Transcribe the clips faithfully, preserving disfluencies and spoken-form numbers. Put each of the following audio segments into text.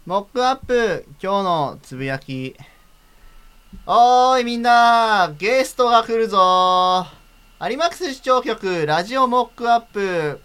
モックアップ今日のつぶやき。おーいみんな、ゲストが来るぞ。有マックス視聴局ラジオモックアップ。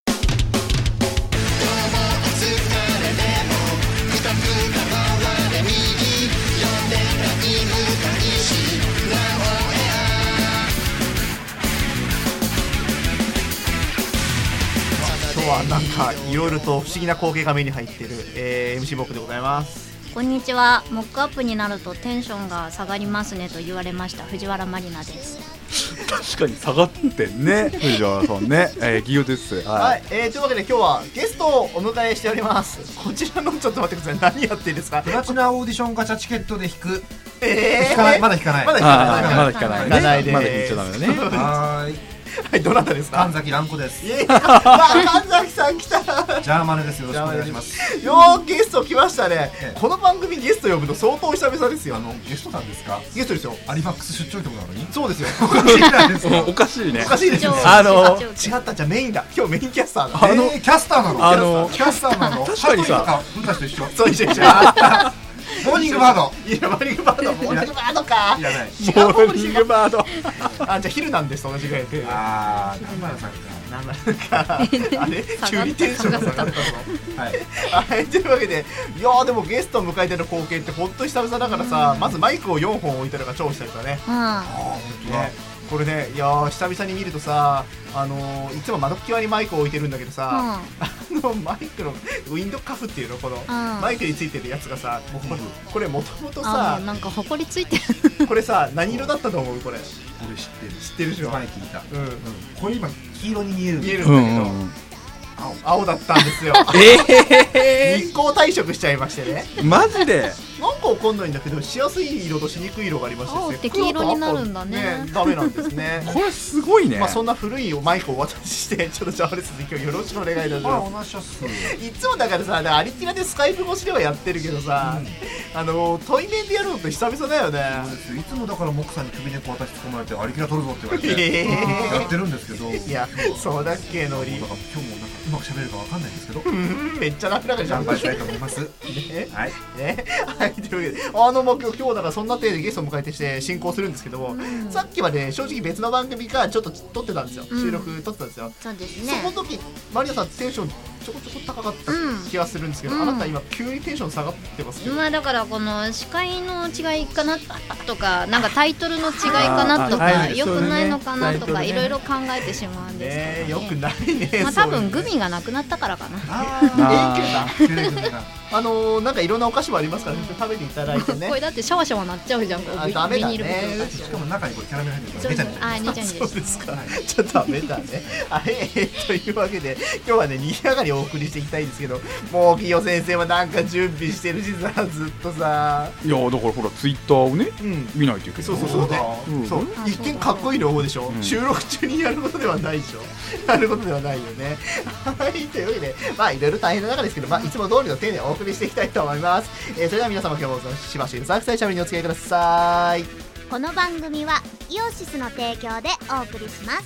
今日はなんかいろいろと不思議な光景が目に入っている、えー、エムシー 僕でございます。 こんにちは。モックアップになるとテンションが下がりますねと言われました藤原まりなです。 確かに下がってんね藤原さんね、えー、ギヨです。はい、 はい、えー、というわけで今日はゲストをお迎えしております。こちらのちょっと待ってください、何やってるんですか。 プラチナオーディションガチャチケットで引く。 えー、 引かない、まだ引かない、 まだ引かない、 まだ引かない、 引かないでーす。 まだ引いちゃダメだね。 はーい、 はい、どなたですか。 神崎蘭子です。 イエーイ、あ、神崎さん来た。 ジャーマネです。よろしくお願いします。 よー、ゲスト来ましたね、 ええ、 この番組ゲスト呼ぶの相当久々ですよ。 あのゲストなんですか。 ゲストですよ。 アリファックス出張ってことなのに。 そうですよ。 おかしいなんですか。 おかしいね。 おかしいですよね。 あの違った、じゃあメインだ。今日メインキャスターだ。 あの、えー、キャスターなの。 あのキャスターなの。 確かにさ、 僕たちと一緒。 そう一緒一緒。 モーニングバード。 いや、モーニングバード、モーニングバードか。 いらない。 モーニングバード。 あ、じゃあ昼なんです。同じぐらいで。 あー、南原さんか。 なんかあれ急にテンションが下がったの。 はい。 はい、というわけで、いやーでもゲストを迎えてる光景って本当に久々だからさ、まずマイクをよんほん置いてるのが超久々ね。 うん。 あー、本当だ。 ね、これね、いやー久々に見るとさ、あのー、いつも窓際にマイクを置いてるんだけどさ、 うん、 あのマイクのウィンドカフっていうの、この、 うん、 マイクについてるやつがさ、もうこれ、これもともとあ、 さ、 なんかほこりついてる。 これさ、何色だったと思うこれ。 俺知ってる。 知ってるでしょ。 前聞いた。 うん、うん、 これ今黄色に見える。 見えるんだけど、 うんうんうん、 青だったんですよ。 え日光退色しちゃいましてね。 ー、マジでなんかわかんないんだけど、しやすい色としにくい色がありまして、 青って黄色になるんだね。 ダメなんですね。 これすごいね。 まあそんな古いマイクをお渡しして、ちょっとジャーレスで今日よろしくお願いいたしあ、 ま同じシャツ。 す。いつもだからさ、アリティラでスカイプ越しではやってるけどさ、うん、あの対面でやるのって久々だよね。 そうですよ。いつもだからモックさんに首根っこ渡してもらってアリキラ取るぞって言われて、 えー、 やってるんですけど、 いや、そうだっけのり。 だから今日もなんかうまく喋るかわかんないんですけど、 めっちゃ楽々じゃん。 頑張りたいと思います。ね、 はい、ね、はい、というわけで、あのもう今日だからそんな程度でゲストを迎えてして進行するんですけども、うん、さっきまで正直別の番組からちょっと撮ってたんですよ、うん、収録撮ってたんですよ。 そうですね。 その時マリナさんテンションちょこちょこ高かった気がするんですけど、うん、あなた今急にテンション下がってますけど、 まあだからこの司会の違いかなとか、なんかタイトルの違いかなとか、良くないのかなとかいろいろ考えてしまうんですけどね。 よくないね。 まあ多分グミがなくなったからかな。 あああのー、なんかいろんなお菓子もありますから、ね、食べていただいてね。 これだってシャワシャワなっちゃうじゃん。こうダメだね。 しかも中にこれキャラメル入ってるからあー、にちゃんにそうですか。ちょっとダメだね。はい、というわけで今日はね、にぎやかにお送りしていきたいんですけど、もうキヨ先生はなんか準備してるしさ、ずっとさ。 いやだからほらツイッターをね、うん、見ないといけない。 そうそうそうね、うん、そう、一見かっこいいの方でしょ、うん、収録中にやることではないでしょ。やることではないよね。はい、というわけで、まあいろいろ大変な中ですけど、まあいつも通りの丁寧にお送りしていきたいと思います。えー、それでは皆様今日もしばしうさくさいしゃべりにお付き合いください。 この番組はイオシスの提供でお送りします。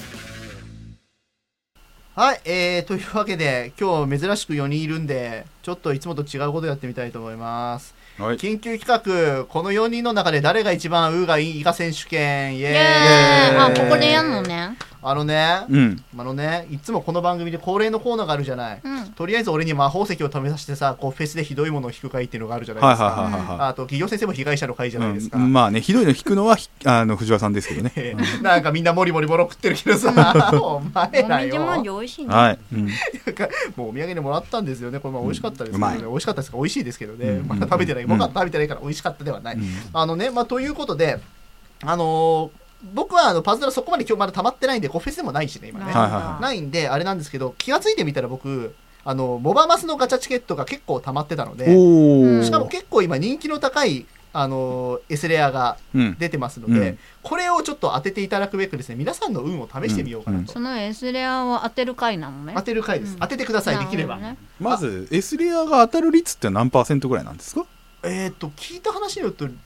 はい、えー、というわけで今日珍しくよにんいるんで、ちょっといつもと違うことやってみたいと思います。はい、緊急企画、このよにんの中で誰が一番運がいいか選手権、イエーイ。イエーイ。 あ、ここでやんのね。 あのね、うん、あのね、いつもこの番組で恒例のコーナーがあるじゃない、うん、とりあえず俺に魔法石を試させてさ、こうフェスでひどいものを引く会っていうのがあるじゃないですか。あと企業先生も被害者の会じゃないですか、 うん、まあね、ひどいの引くのはあの藤原さんですけどね。 なんかみんなモリモリボロ食ってるけどさ、お前らよ。 もみじまんじゅう美味しいね。 はい、うん、 なんかもうお土産でもらったんですよね。これまあ美味しかったですけどね、うん、美味しかったですか、美味しいですけどね、うん、まだ食べてない、僕は食べてないから美味しかったではない、うん、あのね、まあということで、あのー僕はあのパズドラそこまで今日まだ溜まってないんで、フェスでもないしね今ね、ないんであれなんですけど、気がついてみたら僕あのモバマスのガチャチケットが結構溜まってたので、しかも結構今人気の高いあの S レアが出てますので、うん、これをちょっと当てていただくべくですね、皆さんの運を試してみようかなと、うんうん、 その S レアを当てる回なのね。 当てる回です、うん、当ててください、できれば、 ね、 まず S レアが当たる率って何パーセントぐらいなんですか。 えー、っと聞いた話によると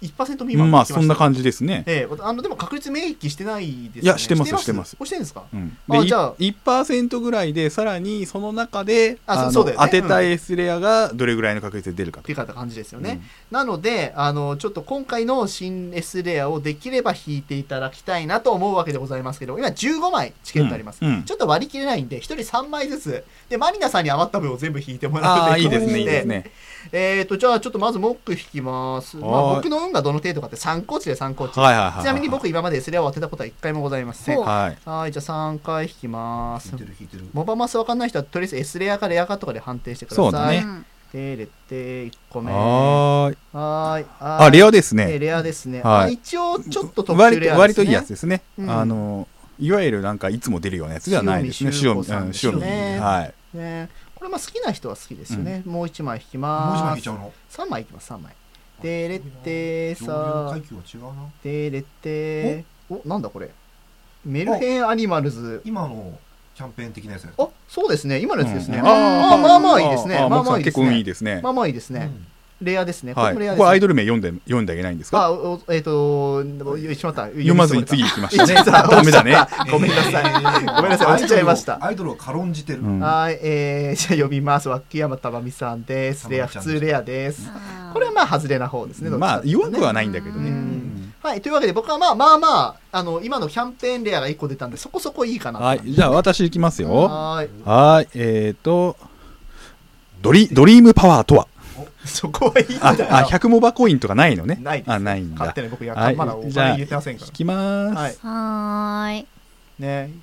いちパーセント 未満まあそんな感じですね。 ええ、あのでも確率明記してないですよね。 いやしてますしてます。 してるんですか。 うん、 あでじゃあいちパーセント ぐらいでさらにその中でああのそうだよね当てた S レアがどれぐらいの確率で出るかとっていう感じですよね。 うんなのであのちょっと今回の新 S レアをできれば引いていただきたいなと思うわけでございますけど、今じゅうごまいチケットあります。 うんうんちょっと割り切れないんでひとりさんまいずつでマリナさんに余った分を全部引いてもらうああいいということですねいいですね。 えーとじゃあちょっとまずモック引きます。まあ、 はい僕の運がどの程度かって参考値で参考値、 はいはいはいはいちなみに僕今まで S レアを当てたことはいっかいもございません。 ほうはいはいじゃあさんかい引きます引い。てる引いてる。 モバマスわかんない人はとりあえず S レアかレアかとかで判定してください。 そうだねうんでレっていっこめ。ははーいーい。 あレアですえーね。 レアですね。 はいあ一応ちょっと特殊割レアですね。 と割といいやつですね。 うんあのいわゆるなんかいつも出るようなやつではないですね。 塩見塩見うん塩見ねはい。 ね。これまあ好きな人は好きですよね。もう一枚引きもうます。 一枚引いちゃうの。 さんまいいきます。さんまい。でレって上さ限階級は違うな。 でレっておなんだこれ。メルヘンアニマルズ。 今のキャンペーン的なやつです。 あそうですね。今のやつですね。 うんああまあまあいいですね。 あまあまあいいです結構運いいね。 ですねま。あまあいいですね。 うんレアですね。こはい。 れもレアですね。 これアイドル名読んで読んであげないんですか？ あ、おえっ、と、しまった。 読まずに次行きましたね。 ねダメだね。 ごめんなさい。ごめんなさい。落ちちゃいました。 アイドルを軽んじてる。 うんはい、えー、じゃあ読みます。脇山たばみさんです。レア、普通レアです。 あーこれはまあ、外れな方ですね。どっちかまあっていうとね弱くはないんだけどうね。 んはい、というわけで僕はまあまあまあ、あの、今のキャンペーンレアがいっこ出たんで、そこそこいいかなとはい。じゃあ私行きますよ。 はーい。 はい。えっとドリドリームパワーとは。 そこはいいんだあよ。 あひゃくモバコインとかないのね。 ないです。 あないんだ勝手。に僕や、 はいまだおじゃあ金入れてませんから。 引きます。 はい。 はーい。 ね。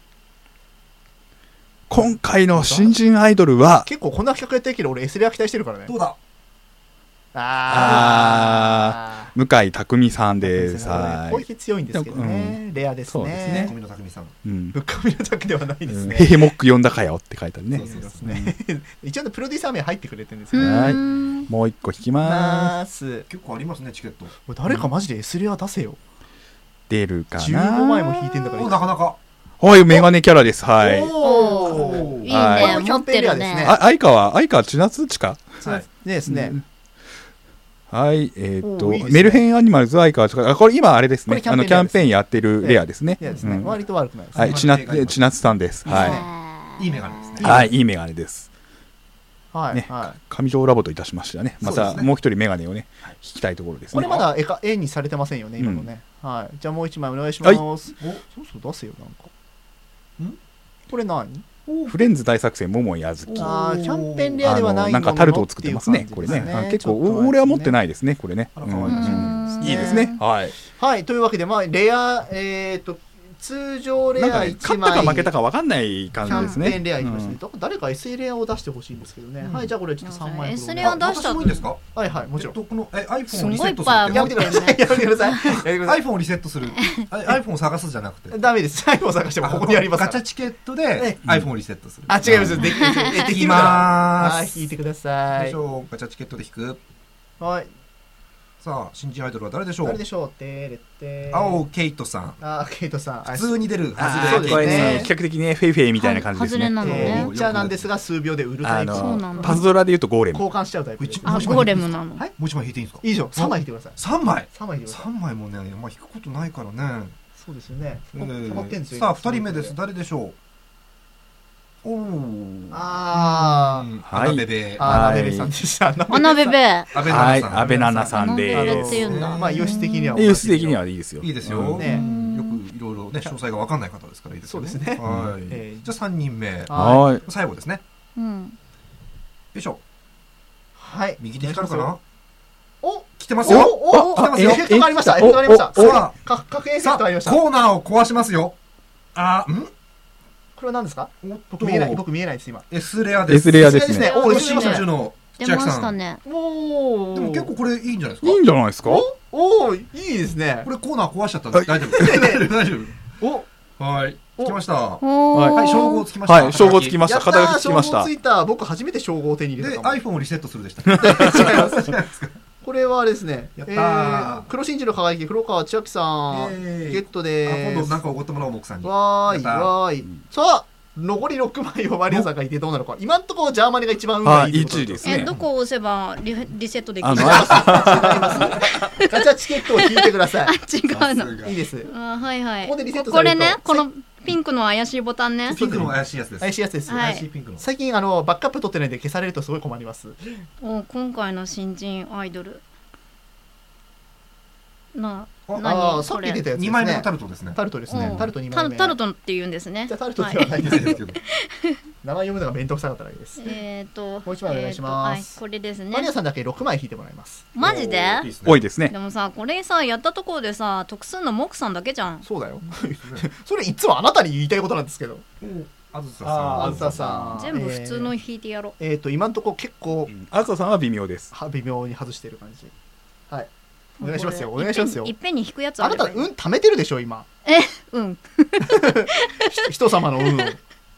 今回の新人アイドルは結構こんな企画やってるけど、俺 S レア期待してるからね。 どうだ。 あ向井匠さんです。は攻撃強いんですけどね、レアですそうですねね。 小見の匠さん。 い。うん。 ぶっかみのだけではないですね。 ヘヘモック呼んだかよって書いてあるねそう。そうですね。一応ねプロデューサー名入ってくれてるんですよね。 はいうーんもう一個引きまます。 結構ありますねチケット。 これ誰かマジで S レア出せよ。 す。出るかな。 じゅうごまいも引いてんだから。 おなかなか。 はい、メガネキャラです。はい。 おーいいはいね、持ってるね。 あ、相川、相川千夏地か。 はい。 ですね。 はい、えっとおーいいですねメルヘンアニマルズ相川千夏。あ、これ今あれですね。 これキャあのキャンンペーンレアですペーンやってるレアですね。 レアですね。 うん割と悪くないですね。 はい、千夏千夏さんです。ははいいいメガネですい。 ね。 はい、いいメガネです。ねはいは上条ラボといたしましてはね、またそうですねもう一人メガネをね、引きたいところでい。 すね。 これまだ絵か絵にされてませんよね今のね。はい。じゃあもう一枚お願いしまはいす。お、そうそう出せよなんか。ん？これ何？ フレンズ大作戦桃井あずき。 あーキャンペーンレアではないあのなんかタルトを作ってますね。これね、あ結構お俺は持ってないですね。これね。 あらうん可愛いですねうんいいですね。はい。 はい、というわけで、まあ、レア、えっ、と、通常レアなんかね、 いち枚、 勝ったか負けたか分かんない感キャじですね。 ンペーンレアいきますね。 うんだから誰か エスレアを出してほしいんですけどね。 うんはい、じゃあこれちょっとさんまいほど。 S レア出した私もいいんですか。 はいはい、もちろん。 えっとこのえ iPhone すごいをリセットするいっぱいやめてください。やめてください。やめてください。 iPhone をリセットする。あ iPhone を探すじゃなくて。 ダメです。最後探してもここにありますから。 ガチャチケットで iPhone をリセットする。 あ、違います。できる。え、でき引きるから。 まはい、 ーす。 引いてくださいでし。ょう。ガチャチケットで引く。 はい。 さあ新人アイドルは誰でしょう。 誰でしょうてれって。 青ケイトさん。 あ、ケイトさん。 普通に出るあはずで。 そうですねーこれね、比較的ね、フェイフェイみたいな感じですね。 外れなのえー、 ねピッチャーなんですが、数秒で売るタあイプ。 そうなんだのパズドラで言うとゴーレム。 交換しちゃうタイプです。 あ、 うちもう一枚ゴーレムなの。 はいもう一枚引いていいんですか。 いいじゃん。さんまい引いてください。 三枚。 さんまい引いてください。 三枚もね、まあ引くことないからね。 そうですよね。 えお溜まってんですよ。 ーさあ二人目です。誰でしょう。おお。 あー。 はいアナベベ。 あー、ナベベさんでした。 アナベベ。 アベナはい、 ナさん。 安倍奈々さんアナベベです。 って言うんだ。 まあ、よし的には。 ユース的にはいいですよ。 いいですよ。 うんねよくいろいろね詳細が分かんない方ですからいいですよ。 そうですねはい。 えーじゃあ三人目。 ははい。 最後ですね。 うん。 よいしょ。 はい。 右手光るかな。 お来てますよ。 おお来てますよエフェクトがありました。エフェクトがありました。 おおさあ、か確変エフェさあクトがありました。 コーナーを壊しますよ。あーん。 これは何ですか？ おっ僕見えない。僕見えないです今。 S レアです。 S レアですね。 おー、 お、 嬉しいですね。 新の出ま千秋さん。 したね。 おお。 でも結構これいいんじゃないですか。 いいんじゃないですか。 おお、いいですねこ。れコーナー壊しちゃったんで大丈夫。大丈夫大丈お、 夫。はい。 お来ました。はおー。 い、称号つきました。 はい、称号つきました。 やったー、 肩書きつき称号ましたつ。いた。僕初めて称号を手に入れで、 たかも。 iPhone をリセットするでした。 違います。これはですね、 やったえーー、黒真珠の輝き、黒川千秋さん、 イエーイゲットあでーす。 今度なんかおごってもらおう、奥さんに。 わーい、 やったーわーい。さあ、 残りろくまいをマリアさんがいてどうなのか。今んところジャーマネが一番運がいいってこといちいですね。 えどこを押せば リ, リセットできるあのの？ ガチャチケットを引いてください。 違うの。 いいです。 あはいはい。 ここでリセットこされるとれね、このピンクの怪しいボタンね。 ピンクの怪しいやつです。 怪しいやつです。 はい怪しいピンクの。 最近あのバックアップ取ってないんで消されるとすごい困ります。 お今回の新人アイドルなああ何これさっき出たやつですね。 にまいめのタルトですね。 タルトですね。タルトにまいめ。 タルトって言うんですね。 じゃあタルトではないですけど、 はい名前読むのが面倒くさかっただけです。 えっともう一枚お願いします。 えーとはいこれですね。 マリアさんだけろくまい引いてもらいます。 マジで？ 多いですね。 でもさこれさやったところでさ得すんのモクさんだけじゃん。 そうだよ。それいつもあなたに言いたいことなんですけど。 あずささん。 あずささん。 全部普通の引いてやろう。 えっと今のところ結構あずささんは微妙です。 微妙に外してる感じ。はい。お願いしますよ。お願いしますよ。 いっぺんに引くやつあなた運貯めてるでしょ今。 えうん人様の運を。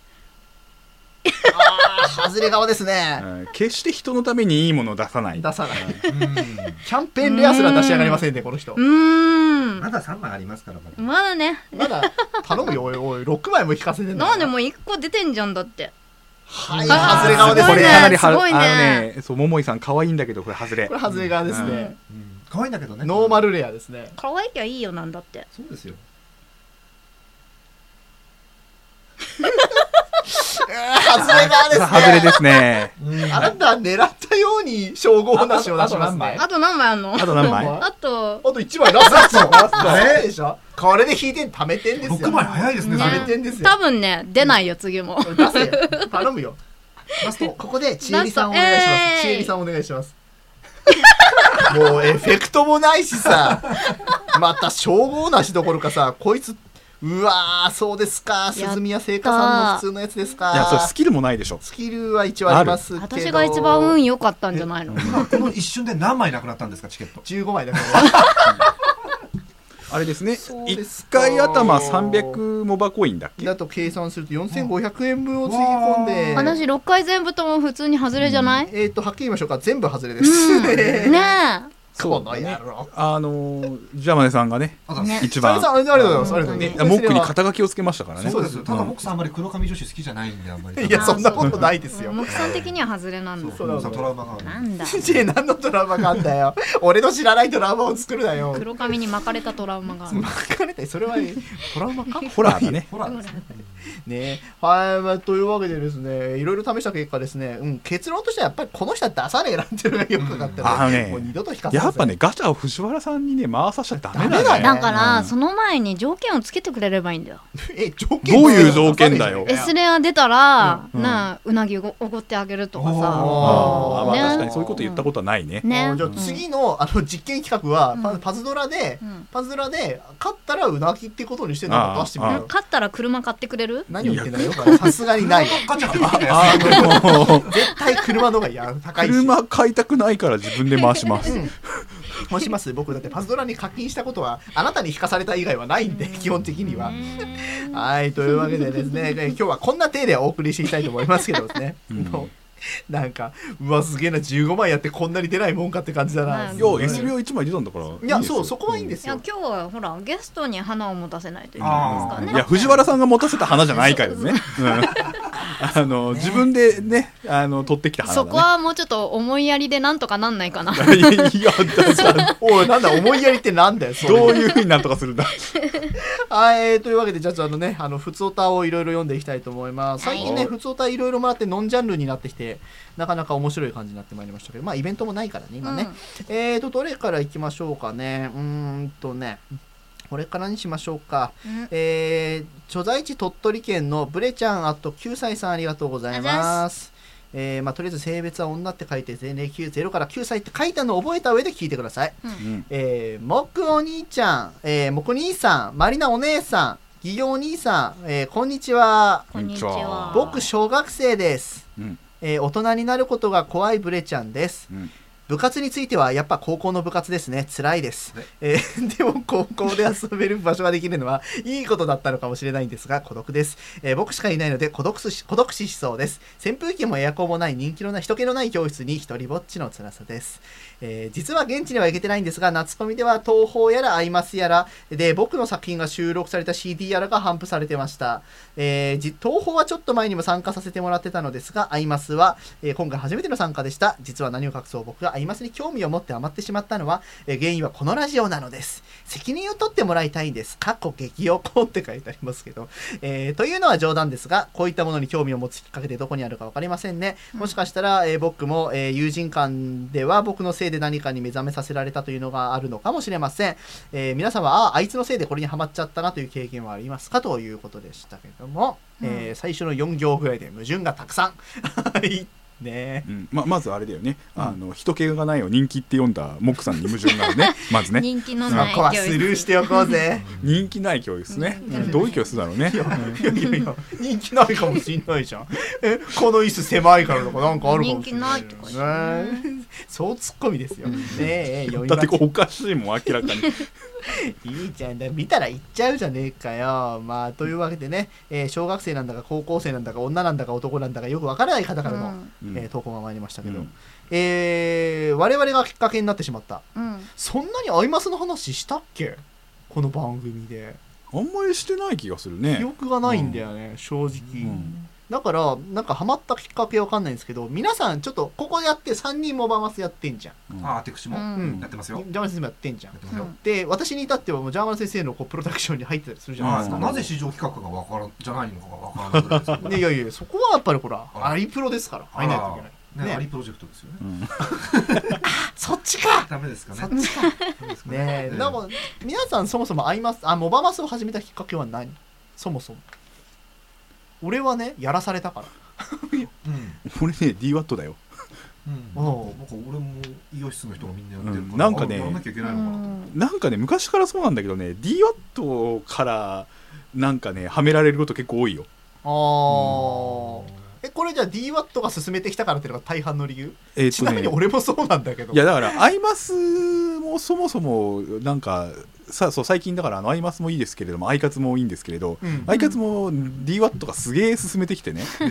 ああ外れ側ですね。 決して人のためにいいものを出さない。 出さない。キャンペーンレアすら出し上がりませんねこの人。 うーんまださんまいありますからまだ。 まだね。 まだ頼むよおいおいろくまいも引かせてんだ。 なんでもういっこ出てんじゃんだって。 はい外れ側ですね。 これかなりすごいね。 あのねそう桃井さん可愛いんだけどこれ外れ。 これ外れ側ですね。 可愛いんだけどね。 ノーマルレアですね。 可愛いきゃいいよなんだって。 そうですよ。 外れ側ですね。 外れですね。 あなた狙ったように称号なしを出しますね。 あと何枚あんの？ あと何枚？ あとあといちまいラストラストえでしょ。これで引いて貯めてんですよ。 ろくまい早いですね。 貯めてんですよ。 多分ね出ないよ次も。 出せよ。頼むよ。ラストここでちえりさんお願いします。ちえりさんお願いします。もうエフェクトもないしさ、また称号なしどころかさ、こいつうわーそうですか、鈴宮製菓さんの普通のやつですか。 いやそれスキルもないでしょ。 スキルは一応ありますけど。 私が一番運良かったんじゃないの？ この一瞬で何枚なくなったんですかチケット？ じゅうごまいだから。 あれですね。いっかい頭さんびゃくモバコインだっけ？ だと計算するとよんせんごひゃくえんぶんをつぎ込んで。 私ろっかい全部とも普通に外れじゃない？ えっとはっきり言いましょうか、全部外れです。 ねえ。 この野郎。 あのジャマネさんがね一番ありがとうございます。ありがとうございます。 モックに肩書きをつけましたからね。 そうです。ただモックさんあんまり黒髪女子好きじゃないんであんまり。 いやそんなことないですよ。 モックさん的には外れなんだ。 そうだ。トラウマがある。 なんだ。 ジェ何のトラウマがあんだよ。俺の知らないトラウマを作るなよ。 黒髪に巻かれたトラウマがある。 巻かれたそれはトラウマか？ ホラーだね。 ホラーですね。はい、まあ、というわけでですね、いろいろ試した結果ですね、うん、結論としてはやっぱりこの人は出さねえなっていうのがよく分かったので、 あのね、 もう二度と引かせません。 やっぱねガチャを藤原さんにね回させちゃダメだね。 だだからその前に条件をつけてくれればいいんだよ。 え条件どういう条件だよ。 エスレア出たらなうなぎをおごってあげるとかさ。 あまあ確かにそういうこと言ったことはないね。 ね。 じゃあ次のあの実験企画はパズドラでパズドラで勝ったらうなぎってことにしてなんか出してみるよ。 勝ったら車買ってくれる？ 何を言ってんだよ。さすがにない。 ガチャ買ってあの絶対車の方がや高いし。 車買いたくないから自分で回します。 回します。僕だってパズドラに課金したことはあなたに引かされた以外はないんで基本的には。はいというわけでですね、今日はこんな体でお送りしていきたいと思いますけどですね。なんかうわすげえなじゅうごまいやってこんなに出ないもんかって感じだな。 いや エスビー はいちまい出たんだから。 いやそうそこはいいんですよ。 いや今日はほらゲストに花を持たせないといけないですからね。 いや藤原さんが持たせた花じゃないからね。あの自分でねあの取ってきた花だね。 そこはもうちょっと思いやりでなんとかなんないかな。 いやだおいなんだ思いやりってなんだよ。 どういう風になんとかするんだ。 はい、えー、というわけでじゃああのねあのふつおたをいろいろ読んでいきたいと思います。最近ねふつおたいろいろもらってノンジャンルになってきてなかなか面白い感じになってまいりましたけど、まあイベントもないからね今ね、うん、えーとどれからいきましょうかね。うーんとねこれからにしましょうか、うん、えー、所在地鳥取県のブレちゃんあときゅうさいさんありがとうございます。えーまあ、とりあえず性別は女って書いて前例ゼロからきゅうさいって書いたのを覚えた上で聞いてください。うん、えー、もくお兄ちゃん、えー、もく兄さん、まりなお姉さん、ぎよお兄さん、えー、こんにちは。 こんにちは。 僕小学生です。うん、えー、大人になることが怖いブレちゃんです。うん、 部活についてはやっぱ高校の部活ですね。辛いです。えー、でも高校で遊べる場所ができるのはいいことだったのかもしれないんですが、孤独です。えー、僕しかいないので孤独死、孤独死しそうです。扇風機もエアコンもない人気のない人気のない教室に一人ぼっちの辛さです。えー、実は現地には行けてないんですが、夏コミでは東宝やらアイマスやらで僕の作品が収録された シーディー やらが頒布されてました。えー、東宝はちょっと前にも参加させてもらってたのですが、アイマスは、えー、今回初めての参加でした。実は何を隠そう、僕がアイマスに興味を持ってハマってしまったのは、えー、原因はこのラジオなのです。責任を取ってもらいたいんです。かっこ激横って書いてありますけど、えー、というのは冗談ですが、こういったものに興味を持つきっかけでどこにあるか分かりませんね。もしかしたら、えー、僕も、えー、友人間では僕のせいで何かに目覚めさせられたというのがあるのかもしれません。えー、皆さんは あ, あいつのせいでこれにハマっちゃったなという経験はありますかということでしたけども、うん、えー、最初のよん行ぐらいで矛盾がたくさんね、うん、 ま, まずあれだよね、うん、あの人気がないを人気って読んだモックさんに矛盾があるねまずね人気のない教室、そこはスルーしておこうぜ人気ない教室ね、うん、どういう教室だろうね。 いやいやいや人気ないかもしんないじゃん。えこの椅子狭いからとかなんかあるかもしれない。人気ないとか、ね、そうツッコミですよ、ねえー、 だっておかしいもん明らかにいいじゃん、見たら言っちゃうじゃねえかよ。まあというわけでね、えー、小学生なんだか高校生なんだか女なんだか男なんだかよくわからない方からの、うんえー、投稿が参りましたけど、うんえー、我々がきっかけになってしまった、うん、そんなにアイマスの話したっけこの番組で。 あんまりしてない気がするね。 記憶がないんだよね、うん、正直、うんだからなんかハマったきっかけわかんないんですけど、皆さんちょっとここでやってさんにんモバマスやってんじゃん、 うん、ああテクシも、うん、やってますよ。 ジャーマル先生もやってんじゃん、うん、で私に至ってはもうジャーマル先生のこうプロダクションに入ってたりするじゃないですか。 なぜ市場企画がわからんじゃないのかがわからないぐらいですけど、ね、 いやいやそこはやっぱりほらアリプロですから入らないといけないね、ね、アリプロジェクトですよね、うん、 あそっちかダメですかね。 そっちかねえ、なんか皆さんそもそもアイマスあモバマスを始めたきっかけは何？そもそも俺はねやらされたからうん、 俺ね ディーワット だよ、 うん、なんか俺も医容室の人がみんなやってるから、うん、 なんかねやらなきゃいけないのかなと思って、 なんかね昔からそうなんだけどね ディーワット からなんかねはめられること結構多いよ。 ああえこれじゃあ ディーワット が進めてきたからっていうのが大半の理由、えーね、ちなみに俺もそうなんだけど。 いやだからアイマスもそもそもなんかさそう最近だからあのアイマスもいいですけれどもアイカツもいいんですけれど、うん、アイカツも ディーワット がすげえ進めてきてね、うん、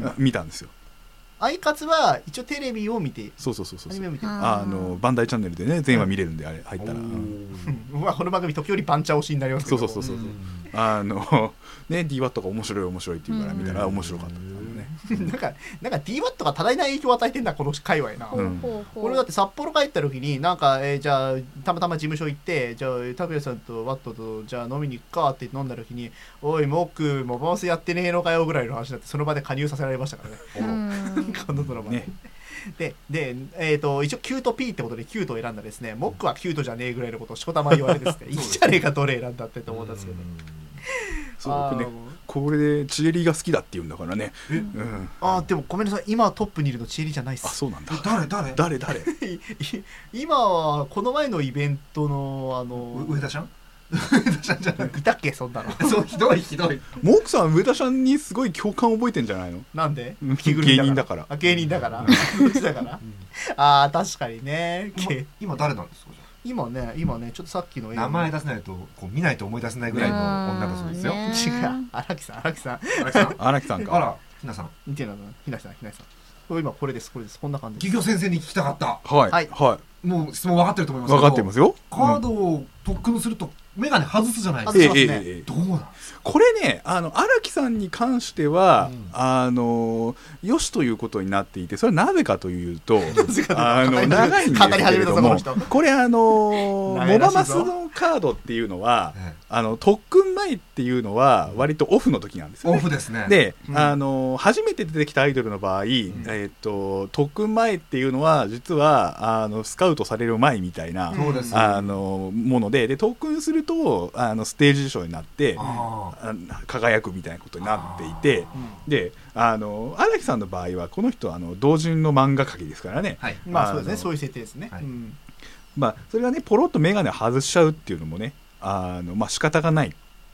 見たんですよ。 アイカツは一応テレビを見てそうそうそうそうアニメを見てあのバンダイチャンネルでね全話見れるんで、うん、あれ入ったら、 うんうん、この番組時折バンチャ推しになりますけどそうそうそうそう、うん、あのね ディーワット が面白い面白いって言うから見たら面白かったですね。 なんかなんか ディーワット が多大な影響を与えてんだこの界隈な、うん、俺だって札幌帰った時になんか、えー、じゃあたまたま事務所行ってじゃあ拓也さんとワットとじゃあ飲みに行くかって飲んだ時においモックモバマスやってねえのかよぐらいの話になってその場で加入させられましたからねこのドラマねでで、えー、と一応キュート P ってことでキュートを選んだですね。モックはキュートじゃねえぐらいのことをしこたま言われてですねいいじゃねえかどれ選んだってと思ったんですけどそうね、これでチエリが好きだって言うんだからね。 え、うん、あでもごめんなさい今トップにいるのチエリじゃないっす。 あそうなんだ。 誰誰誰誰今はこの前のイベントのあの上田ちゃん上田ちゃんじゃないいたっけそんなのそうひどいひどい。 モークさん上田ちゃんにすごい共感覚えてんじゃないの。 なんで芸人だからあ芸人だからどっちだから、うん、あ確かにね。 今誰なんですか。 今ね今ねちょっとさっきの名前出せないとこう見ないと思い出せないぐらいの女だそうですよ。 違う荒木さん荒木さん荒木さんか。 あらひなさん見てるのひなさんひなさん今これですこれですこんな感じ。 企業先生に聞きたかった。 はいはい、はい、 もう質問分かってると思いますけど分かってますよ。 カードを特訓するとメガネ外すじゃないですか、 ええええ、どうなんですかこれね。あの荒木さんに関しては、うん、あのよしということになっていて、それはなぜかというとあの長いんですけれどもこれあのモバマスのカードっていうのは、ええ、あの特訓前っていうのは割とオフの時なんですよね。 オフですね。 で、うん、あの初めて出てきたアイドルの場合、うん、えー、と特訓前っていうのは実はあのスカウトされる前みたいな、うん、あのもので、で特訓するとあのステージ受賞になって輝くみたいなことになっていて、であの荒木さんの場合はこの人はあの同人の漫画描きですからね、 はい、まあそうですね、そういう設定ですね、はい、うん、 まあ、それがねポロッと眼鏡を外しちゃうっていうのもねあの、まあ仕方がない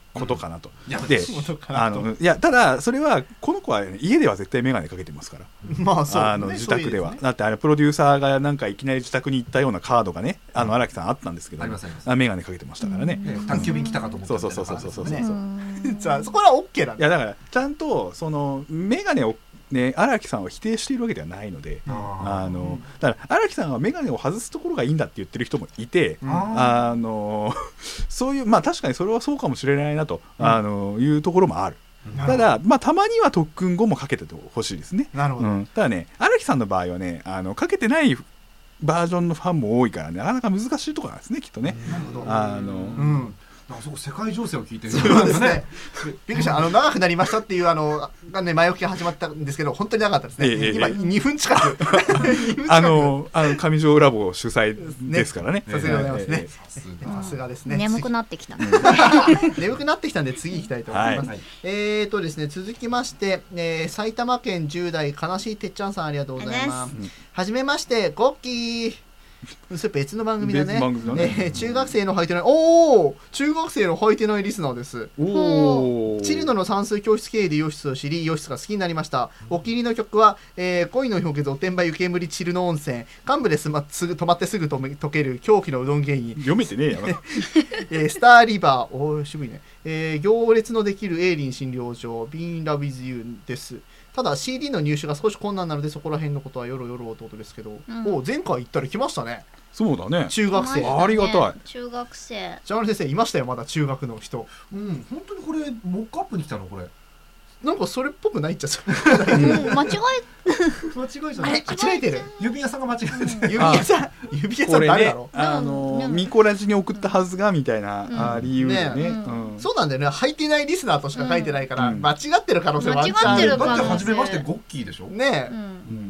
ことかなと、 うん、 であのいやただそれはこの子は、ね、家では絶対眼鏡かけてますから、 まあそう、ね、 あの自宅では、ね、だってあれプロデューサーがなんかいきなり自宅に行ったようなカードがねあの荒木さんあったんですけど、ね、あ眼鏡かけてましたからね、 うん、宅急便来たかと思ったそうそうそうそうそうそうそうじゃあそこは OK なんだ。 いやだからちゃんとその眼鏡をね、荒木さんを否定しているわけではないので、ああのだから荒木さんは眼鏡を外すところがいいんだって言ってる人もいて、あのそういうまあ確かにそれはそうかもしれないなと、うん、あのいうところもある。ただ、まあ、たまには特訓後もかけてほしいですね。 なるほど、 うん、ただね荒木さんの場合はねあのかけてないバージョンのファンも多いからねなかなか難しいところなんですねきっとね。 なるほど。 あの、 うんあそこ世界情勢を聞いてるそうですねびっくりした。あの長くなりましたっていうあのがね前置きが始まったんですけど本当に長かったですね、ええ、今にふん近くあのあの上条ラボ主催ですからね。 さすがでございますね。さすがですね。 眠くなってきた眠くなってきたんで次行きたいと思います、はい、えーとですね続きまして、えー、埼玉県じゅう代悲しいてっちゃんさんありがとうございます。はじめましてゴッキー。それ別の番組だね。ねえー、中学生の履いてないおお中学生の履いてないリスナーです。おおチルノの算数教室経営でイオシスを知りイオシスが好きになりました。お気に入りの曲は、えー、恋の氷結おてんば湯煙チルノ温泉幹部ですますぐ止まってすぐ溶ける狂気のうどん芸人読めてねえやえー、スターリバーおー渋いね、えー、行列のできるエイリン診療所 Be in Love with You です。ただ シーディー の入手が少し困難なのでそこら辺のことはよろよろってことですけど、うん、お前回行ったら来ましたね。 そうだね中学生、 ね、 ありがたい中学生ジャーナル先生いましたよまだ中学の人。 うん本当にこれモックアップに来たのこれなんかそれっぽくないっちゃう、 うん、間違え間違えじゃない。間違えてる。 指輪さんが間違えてる。 指輪さん指輪さん誰だろう。 あのミコラジに送ったはずがみたいな、うん、理由でね、 うんうん、そうなんだよね。履いてないリスナーとしか書いてないから、うん、間違ってる可能性はある。 間違ってる可能性。 だって初めましてゴッキーでしょ。 ねえ、うん、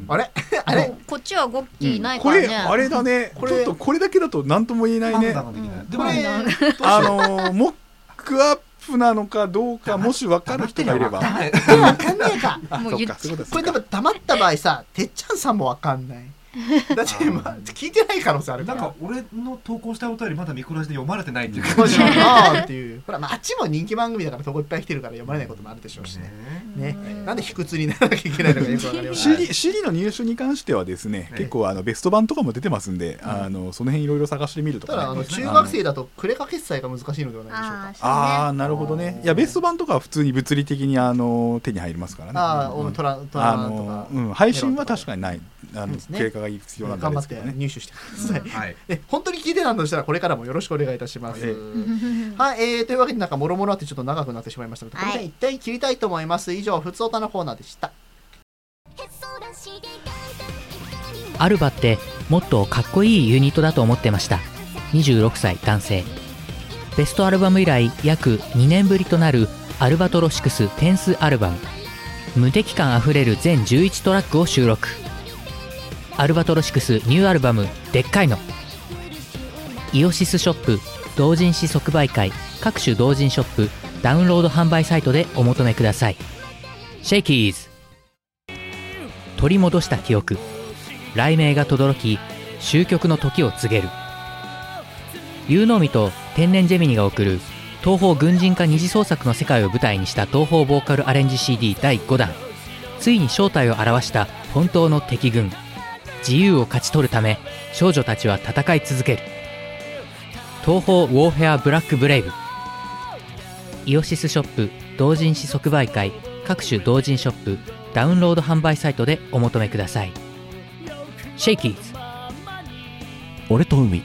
あれあれこっちはゴッキーないからね、 うん、これあれだねちょっとこれだけだと何とも言えないね。 でもねあのモックアップなのかどうかもし分かる人がいれば分かんないかもう言っこれでも黙った場合さてっちゃんさんも分かんないだって、まあ、聞いてない可能性あるから。 なんか俺の投稿したお便りまだミコラジで読まれてないっていうかもしれないっていうほら、まあ、あっちも人気番組だから投稿いっぱい来てるから読まれないこともあるでしょうしね。ねなんで卑屈にならなきゃいけないのかよく分かりません。 シーディー の入手に関してはですね、結構あのベスト版とかも出てますんで、うん、あのその辺いろいろ探してみるとか、ね、 ただあの中学生だとクレカ決済が難しいのではないでしょうか。 ああなるほどね。いやベスト版とかは普通に物理的にあの手に入りますからね。 ああ、うん、トラトラとか、 うん、配信は確かにないあの、ね、クレカが必要なんですけどね。 頑張って入手してください、うんはい、で本当に聞いてたんとしたらこれからもよろしくお願いいたします、えーはい、えー、というわけでなんかもろもろあってちょっと長くなってしまいましたので、はい、これで一旦切りたいと思います。以上ふつおたのコーナーでした。 アルバってもっとかっこいいユニットだと思ってました。にじゅうろくさい男性。ベストアルバム以来約にねんぶりとなるアルバトロシクステンスアルバム。無敵感あふれる全じゅういちトラックを収録。アルバトロシクスニューアルバムでっかいの。イオシスショップ同人誌即売会各種同人ショップダウンロード販売サイトでお求めください。シェイキーズ。取り戻した記憶。雷鳴が轟き終局の時を告げる。有能美と天然ジェミニが送る東方軍人化二次創作の世界を舞台にした東方ボーカルアレンジ シーディーだいごだん。ついに正体を表した本当の敵軍。自由を勝ち取るため少女たちは戦い続ける。東方ウォーフェアブラックブレイブ。イオシスショップ同人誌即売会各種同人ショップダウンロード販売サイトでお求めください。シェイキーズ。俺と海。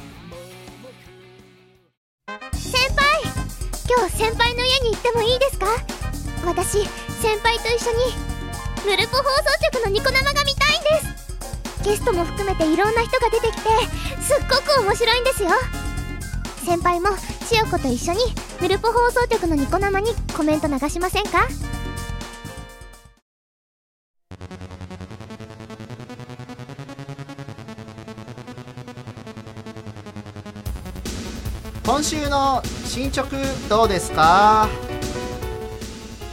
先輩、今日先輩の家に行ってもいいですか？私先輩と一緒にヌルポ放送局のニコ生が見たいんです。ゲストも含めていろんな人が出てきてすっごく面白いんですよ。先輩も千代子と一緒にヌルポ放送局のニコ生にコメント流しませんか？ 今週の進捗どうですか？